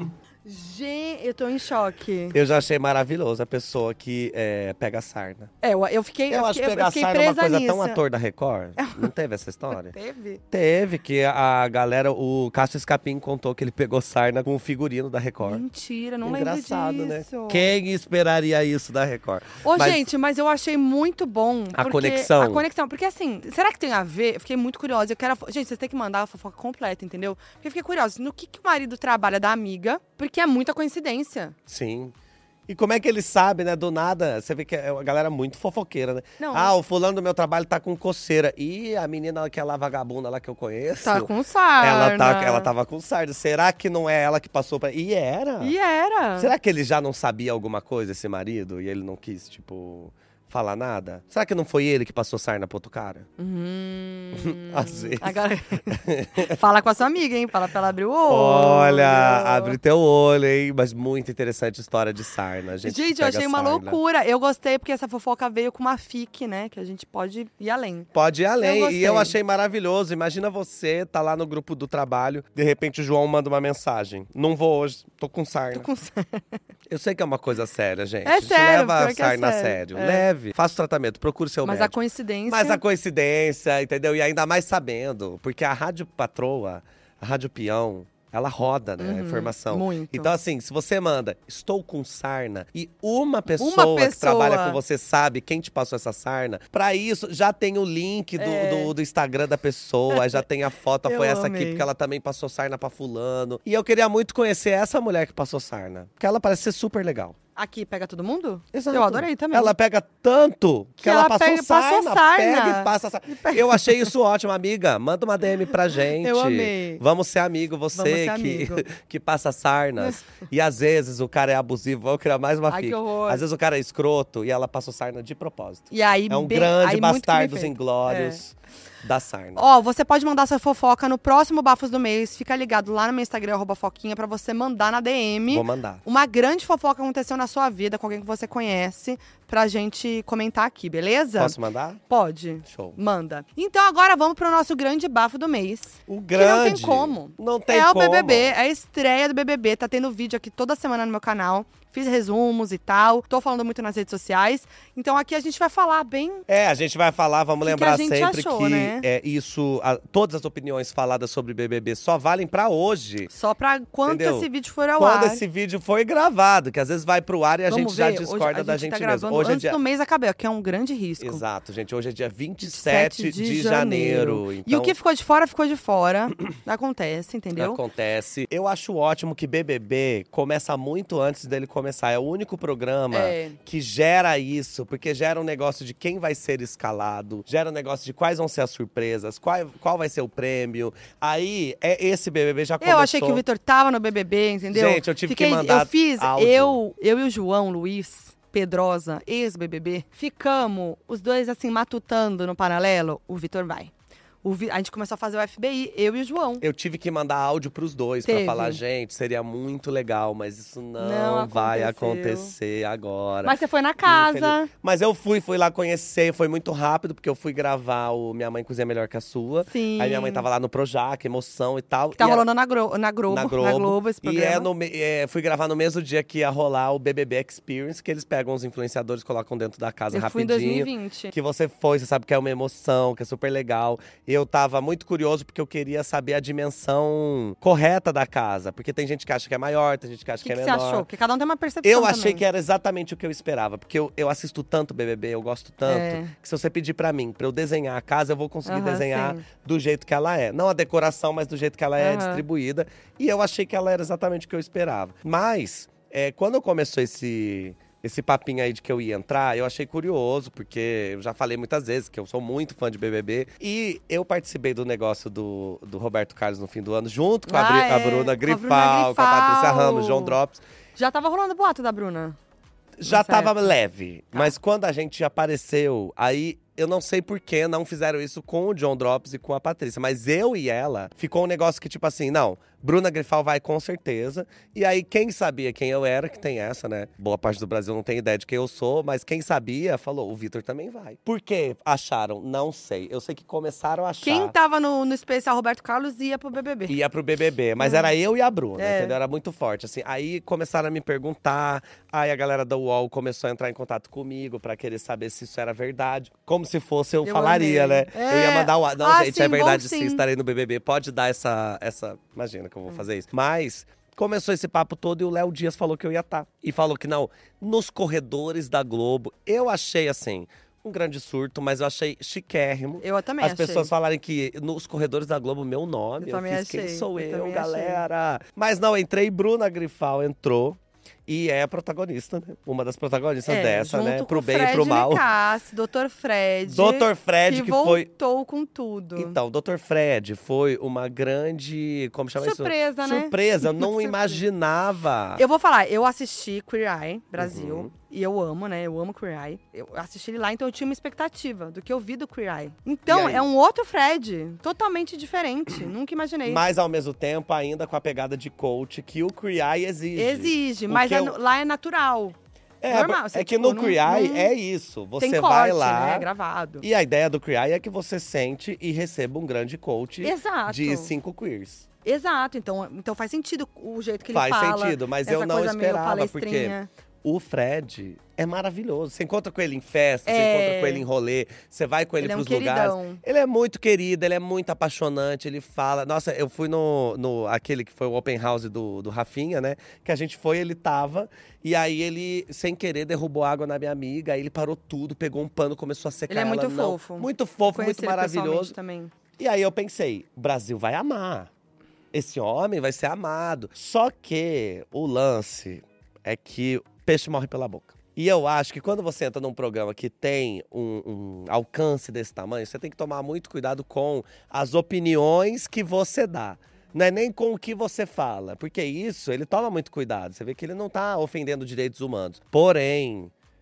Gente, eu tô em choque. Eu já achei maravilhoso a pessoa que pega sarna. Eu fiquei Eu acho que pegar sarna é uma presa coisa nisso. tão ator da Record. Não teve essa história? Teve? Teve, que a galera, o Cássio Escapim contou que ele pegou sarna com o figurino da Record. Mentira, não Engraçado, lembro disso. né? Quem esperaria isso da Record? Gente, mas eu achei muito bom. A conexão. A conexão. Porque assim, será que tem a ver? Eu fiquei muito curiosa. Gente, vocês têm que mandar a fofoca completa, entendeu? Porque eu fiquei curiosa. No que o marido trabalha da amiga? Porque é muita coincidência. Sim. E como é que ele sabe, né? Do nada, você vê que é uma galera muito fofoqueira, né? Não. O fulano do meu trabalho tá com coceira. E a menina que é lá vagabunda lá que eu conheço… Tá com sarna. Ela tava com sarna. Será que não é ela que passou pra… E era. Será que ele já não sabia alguma coisa, esse marido? E ele não quis, tipo… falar nada? Será que não foi ele que passou sarna pro outro cara? Às vezes. Agora… Fala com a sua amiga, hein? Fala pra ela abrir o olho. Olha, abre teu olho, hein? Mas muito interessante a história de sarna. Gente, eu achei uma loucura. Eu gostei porque essa fofoca veio com uma fic, né? Que a gente pode ir além. Pode ir além. Eu e eu achei maravilhoso. Imagina você, tá lá no grupo do trabalho, de repente o João manda uma mensagem. Não vou hoje, tô com sarna. Eu sei que é uma coisa séria, gente. É sério, leva a pior que é sarna a sério. sério. Leve, faça o tratamento, procure seu Mas médico. Mas a coincidência, entendeu? E ainda mais sabendo, porque a Rádio Patroa, a Rádio Peão, ela roda, né, a informação. Muito. Então, assim, se você manda, estou com sarna, e uma pessoa que trabalha com você sabe quem te passou essa sarna, pra isso, já tem o link do Instagram da pessoa, aí já tem a foto, foi essa aqui, porque ela também passou sarna pra fulano. E eu queria muito conhecer essa mulher que passou sarna, porque ela parece ser super legal. Aqui pega todo mundo? Exato. Eu adorei também. Ela pega tanto que ela passou sarna. Pega e passa sarna. Eu achei isso ótimo, amiga. Manda uma DM pra gente. Eu amei. Vamos ser amigo, você que passa sarnas. E às vezes o cara é abusivo, vamos criar mais uma fic. Às vezes o cara é escroto e ela passou sarna de propósito. E aí, é um grande bastardos inglórios. Da sarna. Você pode mandar sua fofoca no próximo Bafos do Mês. Fica ligado lá no meu Instagram, @foquinha, pra você mandar na DM. Vou mandar. Uma grande fofoca aconteceu na sua vida, com alguém que você conhece, pra gente comentar aqui, beleza? Posso mandar? Pode. Show. Manda. Então agora vamos pro nosso grande bafo do mês. O grande. Que não tem como. Não tem como. É o BBB, é a estreia do BBB. Tá tendo vídeo aqui toda semana no meu canal. fiz resumos e tal. Tô falando muito nas redes sociais. Então aqui a gente vai falar bem… A gente vai falar, vamos que lembrar a gente sempre achou, que né? todas as opiniões faladas sobre BBB só valem pra hoje. Só pra quando Entendeu? esse vídeo for ao Quando ar. esse vídeo foi gravado, que às vezes vai pro ar e a Vamos gente já ver, discorda da hoje gente tá mesmo. gravando Hoje antes do mês acabar, que é um grande risco. Exato, gente. Hoje é dia 27 de janeiro. Então, E o que ficou de fora, ficou de fora. Acontece, entendeu? acontece. Eu acho ótimo que BBB começa muito antes dele começar. É o único programa que gera isso, porque gera um negócio de quem vai ser escalado, gera um negócio de quais vão ser as surpresas, qual vai ser o prêmio. Aí, esse BBB já começou… Eu achei que o Vitor tava no BBB, entendeu? Gente, eu tive que mandar áudio. Eu e o João Luiz Pedrosa, ex-BBB, ficamos os dois assim matutando no paralelo. O Vitor vai. A gente começou a fazer o FBI, eu e o João. Eu tive que mandar áudio pros dois pra falar, gente, seria muito legal, mas isso não vai acontecer agora. Mas você foi na casa. Mas eu fui lá conhecer, foi muito rápido, porque eu fui gravar o Minha Mãe Cozinha Melhor que a Sua. Sim. Aí minha mãe tava lá no Projac, emoção e tal. Que tá rolando na Globo esse programa. E fui gravar no mesmo dia que ia rolar o BBB Experience, que eles pegam os influenciadores e colocam dentro da casa rapidinho. Fui em 2020. Que você sabe que é uma emoção, que é super legal. Eu tava muito curioso porque eu queria saber a dimensão correta da casa. Porque tem gente que acha que é maior, tem gente que acha que é menor. O que você achou? Porque cada um tem uma percepção Eu achei também. que era exatamente o que eu esperava. Porque eu assisto tanto BBB, eu gosto tanto, que se você pedir pra mim, pra eu desenhar a casa, eu vou conseguir desenhar do jeito que ela é. Não a decoração, mas do jeito que ela é distribuída. E eu achei que ela era exatamente o que eu esperava. Mas, quando começou esse papinho aí de que eu ia entrar, eu achei curioso, porque eu já falei muitas vezes que eu sou muito fã de BBB. E eu participei do negócio do Roberto Carlos no fim do ano, junto com a Bruna Grifal, com a Patrícia Ramos, João Drops. Já tava rolando boato da Bruna? Já tava leve, mas quando a gente apareceu, aí… Eu não sei por que não fizeram isso com o John Drops e com a Patrícia. Mas eu e ela, ficou um negócio que tipo assim, não, Bruna Grifal vai com certeza. E aí quem sabia quem eu era, que tem essa, né? Boa parte do Brasil não tem ideia de quem eu sou, mas quem sabia falou, o Vitor também vai. Por que acharam? Não sei. Eu sei que começaram a achar… Quem tava no especial Roberto Carlos ia pro BBB. Ia pro BBB, mas era eu e a Bruna, entendeu? Era muito forte, assim. Aí começaram a me perguntar, aí a galera da UOL começou a entrar em contato comigo pra querer saber se isso era verdade. Como se fosse, eu falaria, amei. né? Eu ia mandar o… Não, gente, sim, é verdade, bom, sim, estarei no BBB. Pode dar essa… Imagina que eu vou fazer isso. Mas… Começou esse papo todo e o Léo Dias falou que eu ia estar. E falou que não, nos corredores da Globo. Eu achei, assim, um grande surto, mas eu achei chiquérrimo. Eu também As achei. pessoas falarem que nos corredores da Globo, meu nome. Eu fiz, achei. quem sou eu também galera? Mas não, entrei, Bruna Grifal entrou. E é a protagonista, né? Uma das protagonistas dessa, né? Pro bem e pro mal. Dr. Fred. Dr. Fred, que foi… voltou com tudo. Então, Dr. Fred foi uma grande… Como chama Surpresa, isso? né? Surpresa, eu não imaginava. Eu vou falar, eu assisti Queer Eye Brasil. E eu amo, né? Eu amo Queer Eye. Eu assisti ele lá, então eu tinha uma expectativa do que eu vi do Queer Eye. Então, é um outro Fred, totalmente diferente. Nunca imaginei. Mas, ao mesmo tempo, ainda com a pegada de coach que o Queer Eye exige. Exige, mas lá é natural. Normal, é que no Queer Eye é isso. Você tem vai corte, lá. né? Gravado. E a ideia do Queer Eye é que você sente e receba um grande coach de 5 queers. Exato, então faz sentido o jeito que ele fala. Faz sentido, mas eu não esperava, porque o Fred é maravilhoso. Você encontra com ele em festa, você encontra com ele em rolê, você vai com ele pros lugares. Ele é muito querido, ele é muito apaixonante, ele fala… Nossa, eu fui aquele que foi o open house do Rafinha, né? Que a gente foi, ele tava… E aí ele, sem querer, derrubou água na minha amiga, aí ele parou tudo, pegou um pano, começou a secar ela. Ele é muito fofo. Muito fofo, muito maravilhoso. Também. E aí eu pensei, o Brasil vai amar. Esse homem vai ser amado. Só que o lance é que peixe morre pela boca. E eu acho que quando você entra num programa que tem um alcance desse tamanho, você tem que tomar muito cuidado com as opiniões que você dá. Não é nem com o que você fala. Porque isso, ele toma muito cuidado. Você vê que ele não tá ofendendo direitos humanos. Porém,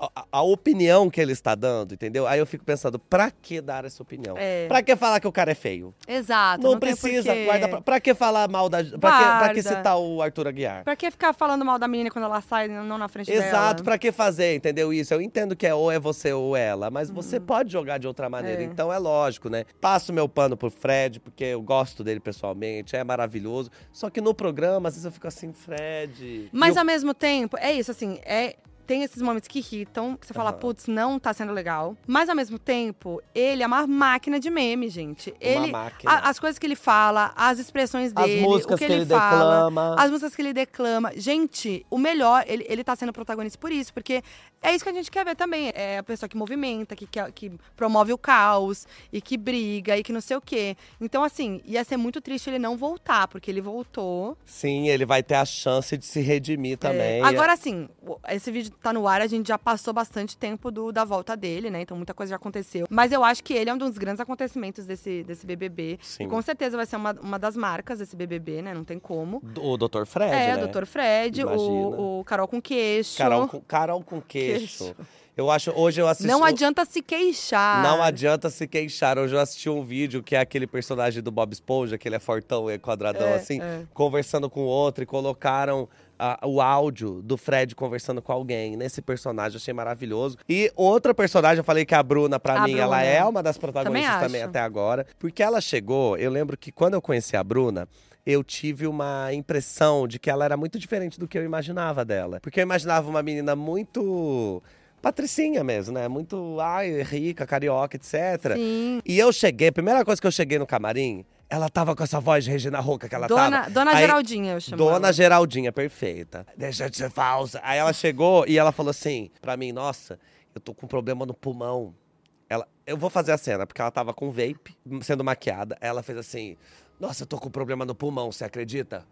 a opinião que ele está dando, entendeu? Aí eu fico pensando, pra que dar essa opinião? Pra que falar que o cara é feio? Exato. Não precisa, pra que falar mal da… Pra que citar o Arthur Aguiar? Pra que ficar falando mal da menina quando ela sai, não na frente dela? Exato, pra que fazer, entendeu isso? Eu entendo que ou é você ou ela, mas você pode jogar de outra maneira, então é lógico, né? Passo meu pano pro Fred, porque eu gosto dele pessoalmente, é maravilhoso. Só que no programa, às vezes eu fico assim, Fred… Mas ao mesmo tempo, é isso, assim, tem esses momentos que irritam, que você fala, putz, não tá sendo legal. Mas, ao mesmo tempo, ele é uma máquina de meme, gente. máquina. As coisas que ele fala, as expressões dele, as músicas o que ele fala, declama. as músicas que ele declama. Gente, o melhor, ele tá sendo protagonista por isso, porque é isso que a gente quer ver também. É a pessoa que movimenta, que promove o caos, e que briga, e que não sei o quê. Então, assim, ia ser muito triste ele não voltar, porque ele voltou. Sim, ele vai ter a chance de se redimir também. Agora, assim, esse vídeo tá no ar, a gente já passou bastante tempo da volta dele, né? Então muita coisa já aconteceu. Mas eu acho que ele é um dos grandes acontecimentos desse BBB. Sim. E com certeza vai ser uma das marcas desse BBB, né? Não tem como. O Dr. Fred, né? o Dr. Fred, o Carol com queixo. Carol com queixo. Hoje eu assisti… Não adianta se queixar. Não adianta se queixar. Hoje eu assisti um vídeo que é aquele personagem do Bob Esponja, que ele é fortão e quadradão assim, conversando com o outro, e colocaram o áudio do Fred conversando com alguém. Nesse personagem, eu achei maravilhoso. E outra personagem, eu falei que a Bruna, pra mim, ela é uma das protagonistas também até agora. Porque ela chegou, eu lembro que quando eu conheci a Bruna, eu tive uma impressão de que ela era muito diferente do que eu imaginava dela. Porque eu imaginava uma menina muito… patricinha mesmo, né? Muito, rica, carioca, etc. Sim. E eu cheguei, a primeira coisa que eu cheguei no camarim, ela tava com essa voz de Regina Roca que ela tava. Dona Geraldinha, eu chamo Dona ela. Geraldinha, perfeita. Deixa de ser falsa. Aí ela chegou e ela falou assim pra mim, nossa, eu tô com problema no pulmão. Eu vou fazer a cena, porque ela tava com vape, sendo maquiada. Aí ela fez assim, nossa, eu tô com problema no pulmão, você acredita?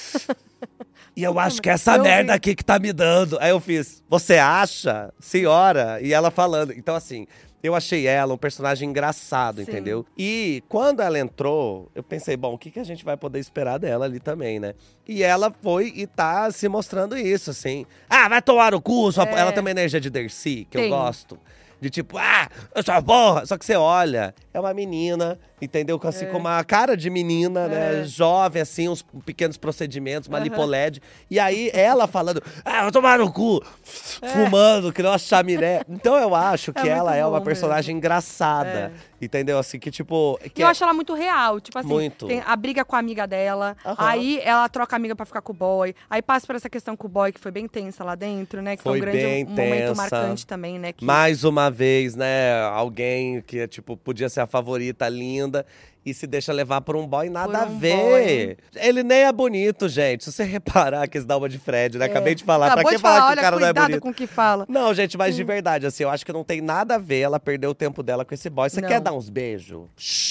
E eu acho que é essa merda aqui que tá me dando. Aí eu fiz, você acha, senhora? E ela falando. Então, assim, eu achei ela um personagem engraçado, entendeu? E quando ela entrou, eu pensei, bom, o que a gente vai poder esperar dela ali também, né? E ela foi e tá se mostrando isso, assim. Vai tomar no cu. Ela tem uma energia de Dercy, que eu gosto. De tipo, eu sou porra. Só que você olha, é uma menina, entendeu? Assim, com uma cara de menina, né? Jovem, assim, uns pequenos procedimentos, uma lipoled. E aí, ela falando, vou tomar no cu, fumando, que não uma chaminé. Então, eu acho que ela é uma personagem engraçada. Entendeu? Assim, que tipo… Eu acho ela muito real. Tipo assim, muito. Tem a briga com a amiga dela. Aí ela troca a amiga pra ficar com o boy. Aí passa por essa questão com o boy, que foi bem tensa lá dentro, né? Que foi um grande momento marcante também, né? Mais uma vez, né? Alguém que, tipo, podia ser a favorita linda e se deixa levar por um boy, nada a ver. Ele nem é bonito, gente. Se você reparar que eles dão uma de Fred, né? Acabei de falar. Pra que falar que o cara não é bonito? Cuidado com o que fala. Não, gente, mas de verdade, assim, eu acho que não tem nada a ver ela perder o tempo dela com esse boy. Você quer dar uns beijos?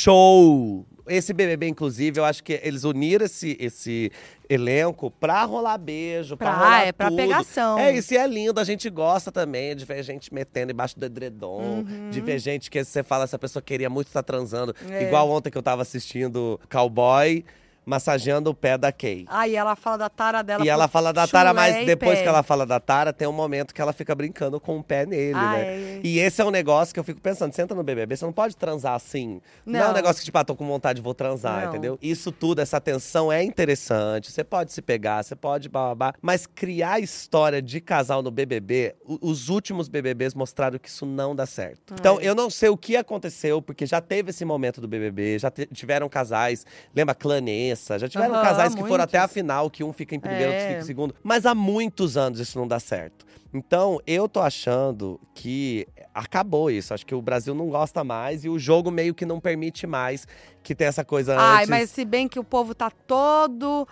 Show! Esse BBB, inclusive, eu acho que eles uniram esse elenco pra rolar beijo, pra rolar pra tudo. pegação. É isso, e é lindo. A gente gosta também de ver gente metendo embaixo do edredom. De ver gente que você fala, essa pessoa queria muito estar transando. Igual ontem que eu tava assistindo Cowboy, massageando o pé da Kay. E ela fala da tara dela. E ela fala da tara, mas depois pé. que ela fala da tara, tem um momento que ela fica brincando com o pé nele, né? E esse é um negócio que eu fico pensando, você entra no BBB, você não pode transar assim. Não é um negócio que, tipo, tô com vontade, vou transar, entendeu? Isso tudo, essa tensão é interessante, você pode se pegar, você pode babá, mas criar história de casal no BBB, os últimos BBBs mostraram que isso não dá certo. Então, eu não sei o que aconteceu, porque já teve esse momento do BBB, já tiveram casais, lembra Clanês, já tiveram casais que foram até a final, que um fica em primeiro, outro fica em segundo. Mas há muitos anos isso não dá certo. Então, eu tô achando que acabou isso. Acho que o Brasil não gosta mais e o jogo meio que não permite mais que tenha essa coisa antes. Mas se bem que o povo tá todo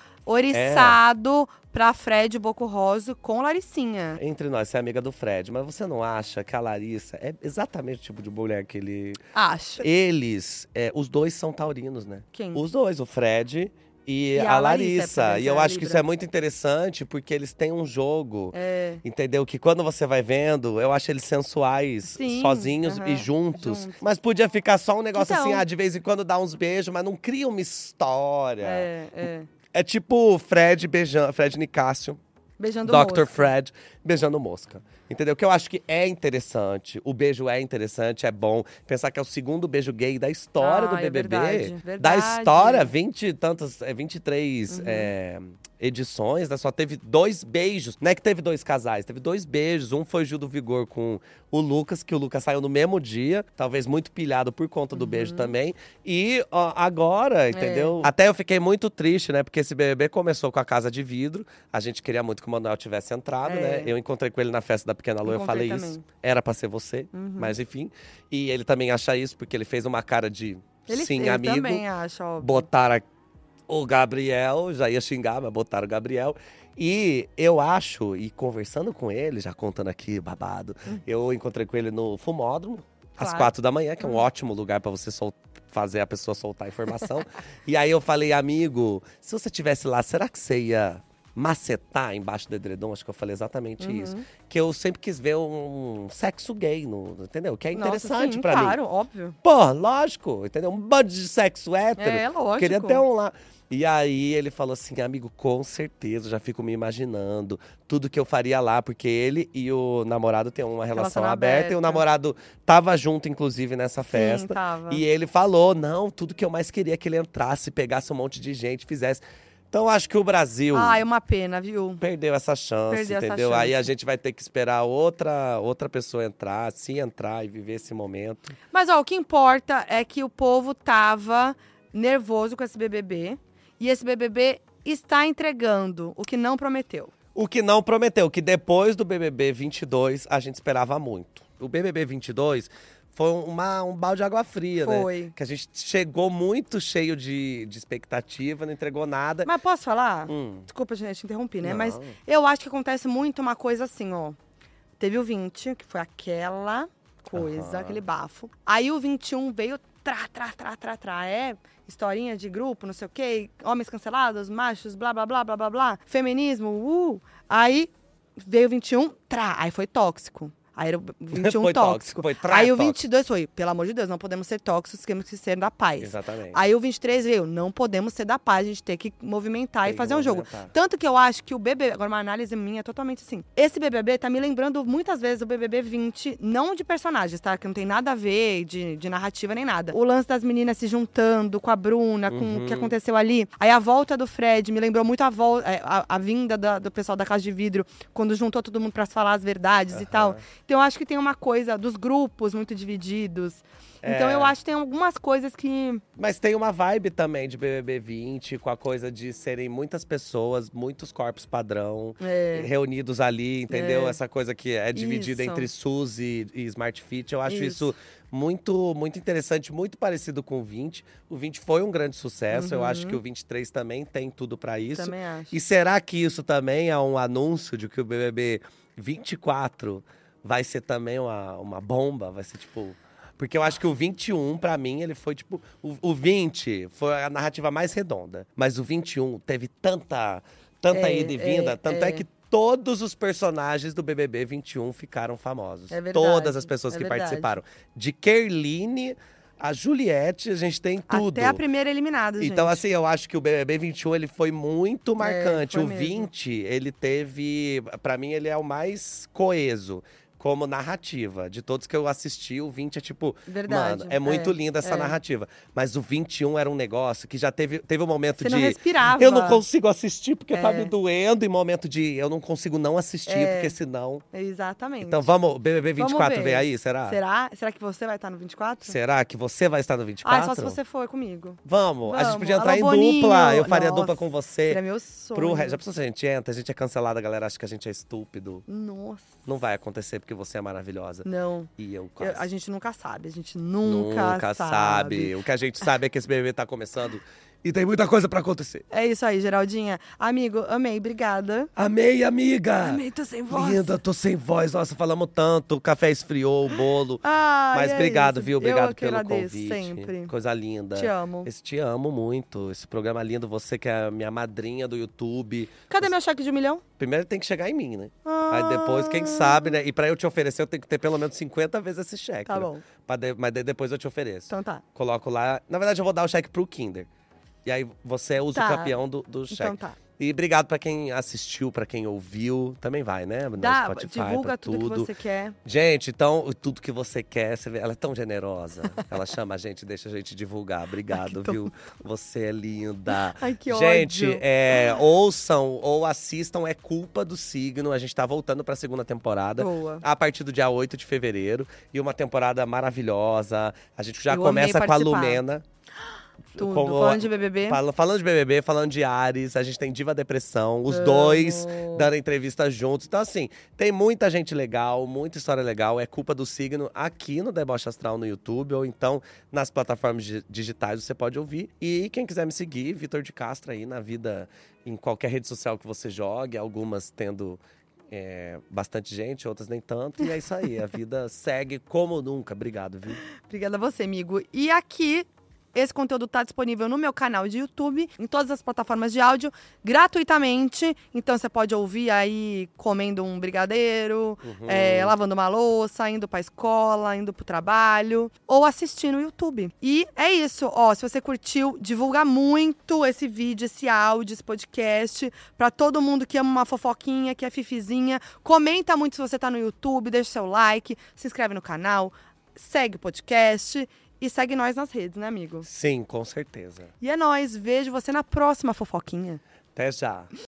oriçado pra Fred Bocurroso com Laricinha. Entre nós, você é amiga do Fred, mas você não acha que a Larissa é exatamente o tipo de mulher que ele… Acho. Eles, os dois são taurinos, né? Quem? Os dois, o Fred… E a Larissa. E eu acho que isso é muito interessante, porque eles têm um jogo, entendeu? Que quando você vai vendo, eu acho eles sensuais, sozinhos e juntos. Mas podia ficar só um negócio assim, de vez em quando dá uns beijos, mas não cria uma história. É tipo Fred Nicásio. Beijando Dr. mosca. Fred beijando mosca. Entendeu? Que eu acho que é interessante. O beijo é interessante, é bom. Pensar que é o segundo beijo gay da história do BBB. Verdade. Da história, 20 e tantos, 23 edições, né? Só teve 2 beijos. Não é que teve 2 casais, teve 2 beijos. Um foi Gil do Vigor com o Lucas, que o Lucas saiu no mesmo dia. Talvez muito pilhado por conta do beijo também. E ó, agora, entendeu? Até eu fiquei muito triste, né? Porque esse BBB começou com a Casa de Vidro. A gente queria muito que o Manuel tivesse entrado, né? Eu encontrei com ele na festa da Pequena Lua, eu falei também. isso. Era pra ser você, mas enfim. E ele também acha isso, porque ele fez uma cara de sim, amigo. Ele também acha, óbvio. Botaram o Gabriel, já ia xingar, mas botaram o Gabriel. E eu acho, e conversando com ele, já contando aqui, babado, eu encontrei com ele no Fumódromo, às 4 da manhã, que é um ótimo lugar pra você fazer a pessoa soltar a informação. E aí eu falei, amigo, se você estivesse lá, será que você ia macetar embaixo do edredom? Acho que eu falei exatamente isso. Que eu sempre quis ver um sexo gay, entendeu? Que é interessante sim, pra mim. Claro, óbvio. Pô, lógico, entendeu? Um bando de sexo hétero. É, lógico. Queria ter um lá. E aí ele falou assim, amigo, com certeza, já fico me imaginando tudo que eu faria lá, porque ele e o namorado têm uma relação aberta. E o namorado tava junto, inclusive, nessa festa. Tava. E ele falou, não, tudo que eu mais queria é que ele entrasse, pegasse um monte de gente, fizesse. Então, acho que o Brasil É uma pena, viu? perdeu essa chance, entendeu? Aí a gente vai ter que esperar outra pessoa entrar, se entrar e viver esse momento. Mas, ó, o que importa é que o povo tava nervoso com esse BBB. E esse BBB está entregando o que não prometeu. O que não prometeu, que depois do BBB 22, a gente esperava muito. O BBB 22 foi um balde de água fria, né? Que a gente chegou muito cheio de expectativa, não entregou nada. Mas posso falar? Desculpa, gente, interrompi, né? Não. Mas eu acho que acontece muito uma coisa assim, ó. Teve o 20, que foi aquela coisa, aquele bafo. Aí o 21 veio trá. É historinha de grupo, não sei o quê. Homens cancelados, machos, blá, blá, blá, blá, blá, blá. Feminismo, Aí veio o 21, Aí foi tóxico. Aí era o 21 foi tóxico. Foi Aí o 22 foi, pelo amor de Deus, não podemos ser tóxicos, temos que ser da paz. Exatamente. Aí o 23 veio, não podemos ser da paz, a gente tem que movimentar e fazer um jogo. Tanto que eu acho que o BBB, agora uma análise minha é totalmente assim. Esse BBB tá me lembrando muitas vezes o BBB 20, não de personagens, tá? Que não tem nada a ver de narrativa nem nada. O lance das meninas se juntando com a Bruna, com o que aconteceu ali. Aí a volta do Fred me lembrou muito a vinda do pessoal da Casa de Vidro, quando juntou todo mundo pra falar as verdades e tal. Então eu acho que tem uma coisa dos grupos muito divididos. Então eu acho que tem algumas coisas que… Mas tem uma vibe também de BBB 20, com a coisa de serem muitas pessoas, muitos corpos padrão, reunidos ali, entendeu? Essa coisa que é dividida entre SUS e Smart Fit. Eu acho isso muito, muito interessante, muito parecido com o 20. O 20 foi um grande sucesso, eu acho que o 23 também tem tudo pra isso. Também acho. E será que isso também é um anúncio de que o BBB 24 vai ser também uma bomba? Vai ser tipo… Porque eu acho que o 21, pra mim, ele foi tipo… O 20 foi a narrativa mais redonda. Mas o 21 teve tanta ida e vinda. Tanto é que todos os personagens do BBB 21 ficaram famosos. É verdade, todas as pessoas que participaram. De Kerline a Juliette, a gente tem tudo. Até a primeira eliminada, gente. Então, assim, eu acho que o BBB 21, ele foi muito marcante. Foi o mesmo. 20, ele teve… Pra mim, ele é o mais coeso. Como narrativa. De todos que eu assisti, o 20 é tipo… Verdade. Mano, é muito linda essa narrativa. Mas o 21 era um negócio que já teve um momento Você de… não respirava. Eu não consigo assistir porque tá me doendo. E momento de… Eu não consigo não assistir, porque senão… Exatamente. Então vamos… BBB 24 ver. vem aí, será? Será que você vai estar no 24? Será que você vai estar no 24? Só se você for comigo. Vamos. A gente podia Alô, entrar em Boninho. dupla. Eu faria Nossa, dupla com você. Seria meu sonho. Já pensou se a gente entra? A gente é cancelada, a galera acha que a gente é estúpido. Nossa. Não vai acontecer porque você é maravilhosa. Não. E eu quase. A gente nunca sabe. A gente nunca sabe. O que a gente sabe é que esse BBB tá começando e tem muita coisa pra acontecer. É isso aí, Geraldinha. Amigo, amei. Obrigada. Amei, amiga! Amei, tô sem voz. Linda, tô sem voz. Nossa, falamos tanto. O café esfriou, o bolo. Mas obrigado, viu? Obrigado pelo agradeço, convite. sempre. Coisa linda. Te amo. Te amo muito. Esse programa lindo. Você que é a minha madrinha do YouTube. Cadê meu cheque de 1 milhão? Primeiro tem que chegar em mim, né? Aí depois, quem sabe, né? E pra eu te oferecer, eu tenho que ter pelo menos 50 vezes esse cheque. Tá né? bom. Mas daí depois eu te ofereço. Então tá. Coloco lá. Na verdade, eu vou dar o cheque pro Kinder. E aí você usa o campeão do cheque. Então tá. E obrigado pra quem assistiu, pra quem ouviu. Também vai, né? No Spotify, divulga pra tudo que você quer. Gente, então, tudo que você quer, você vê, ela é tão generosa. Ela chama a gente, deixa a gente divulgar. Obrigado, viu? Você é linda. Ai, que gente, ódio. ouçam ou assistam É Culpa do Signo. A gente tá voltando pra segunda temporada. Boa. A partir do dia 8 de fevereiro. E uma temporada maravilhosa. A gente já Eu começa amei com a participar. Lumena. Tudo. Como- Falando de BBB. Falando de BBB, falando de Ares, a gente tem Diva Depressão, os dois dando entrevista juntos. Então, assim, tem muita gente legal, muita história legal. É Culpa do Signo aqui no Deboche Astral no YouTube, ou então nas plataformas digitais você pode ouvir. E quem quiser me seguir, Vitor de Castro aí na vida, em qualquer rede social que você jogue, algumas tendo bastante gente, outras nem tanto. E é isso aí, a vida segue como nunca. Obrigado, viu? Obrigada a você, amigo. E aqui, esse conteúdo tá disponível no meu canal de YouTube, em todas as plataformas de áudio, gratuitamente. Então você pode ouvir aí comendo um brigadeiro, lavando uma louça, indo pra escola, indo pro trabalho, ou assistir no YouTube. E é isso, ó, se você curtiu, divulga muito esse vídeo, esse áudio, esse podcast, pra todo mundo que ama uma fofoquinha, que é fifizinha. Comenta muito se você tá no YouTube, deixa seu like, se inscreve no canal, segue o podcast. E segue nós nas redes, né, amigo? Sim, com certeza. E é nóis. Vejo você na próxima fofoquinha. Até já.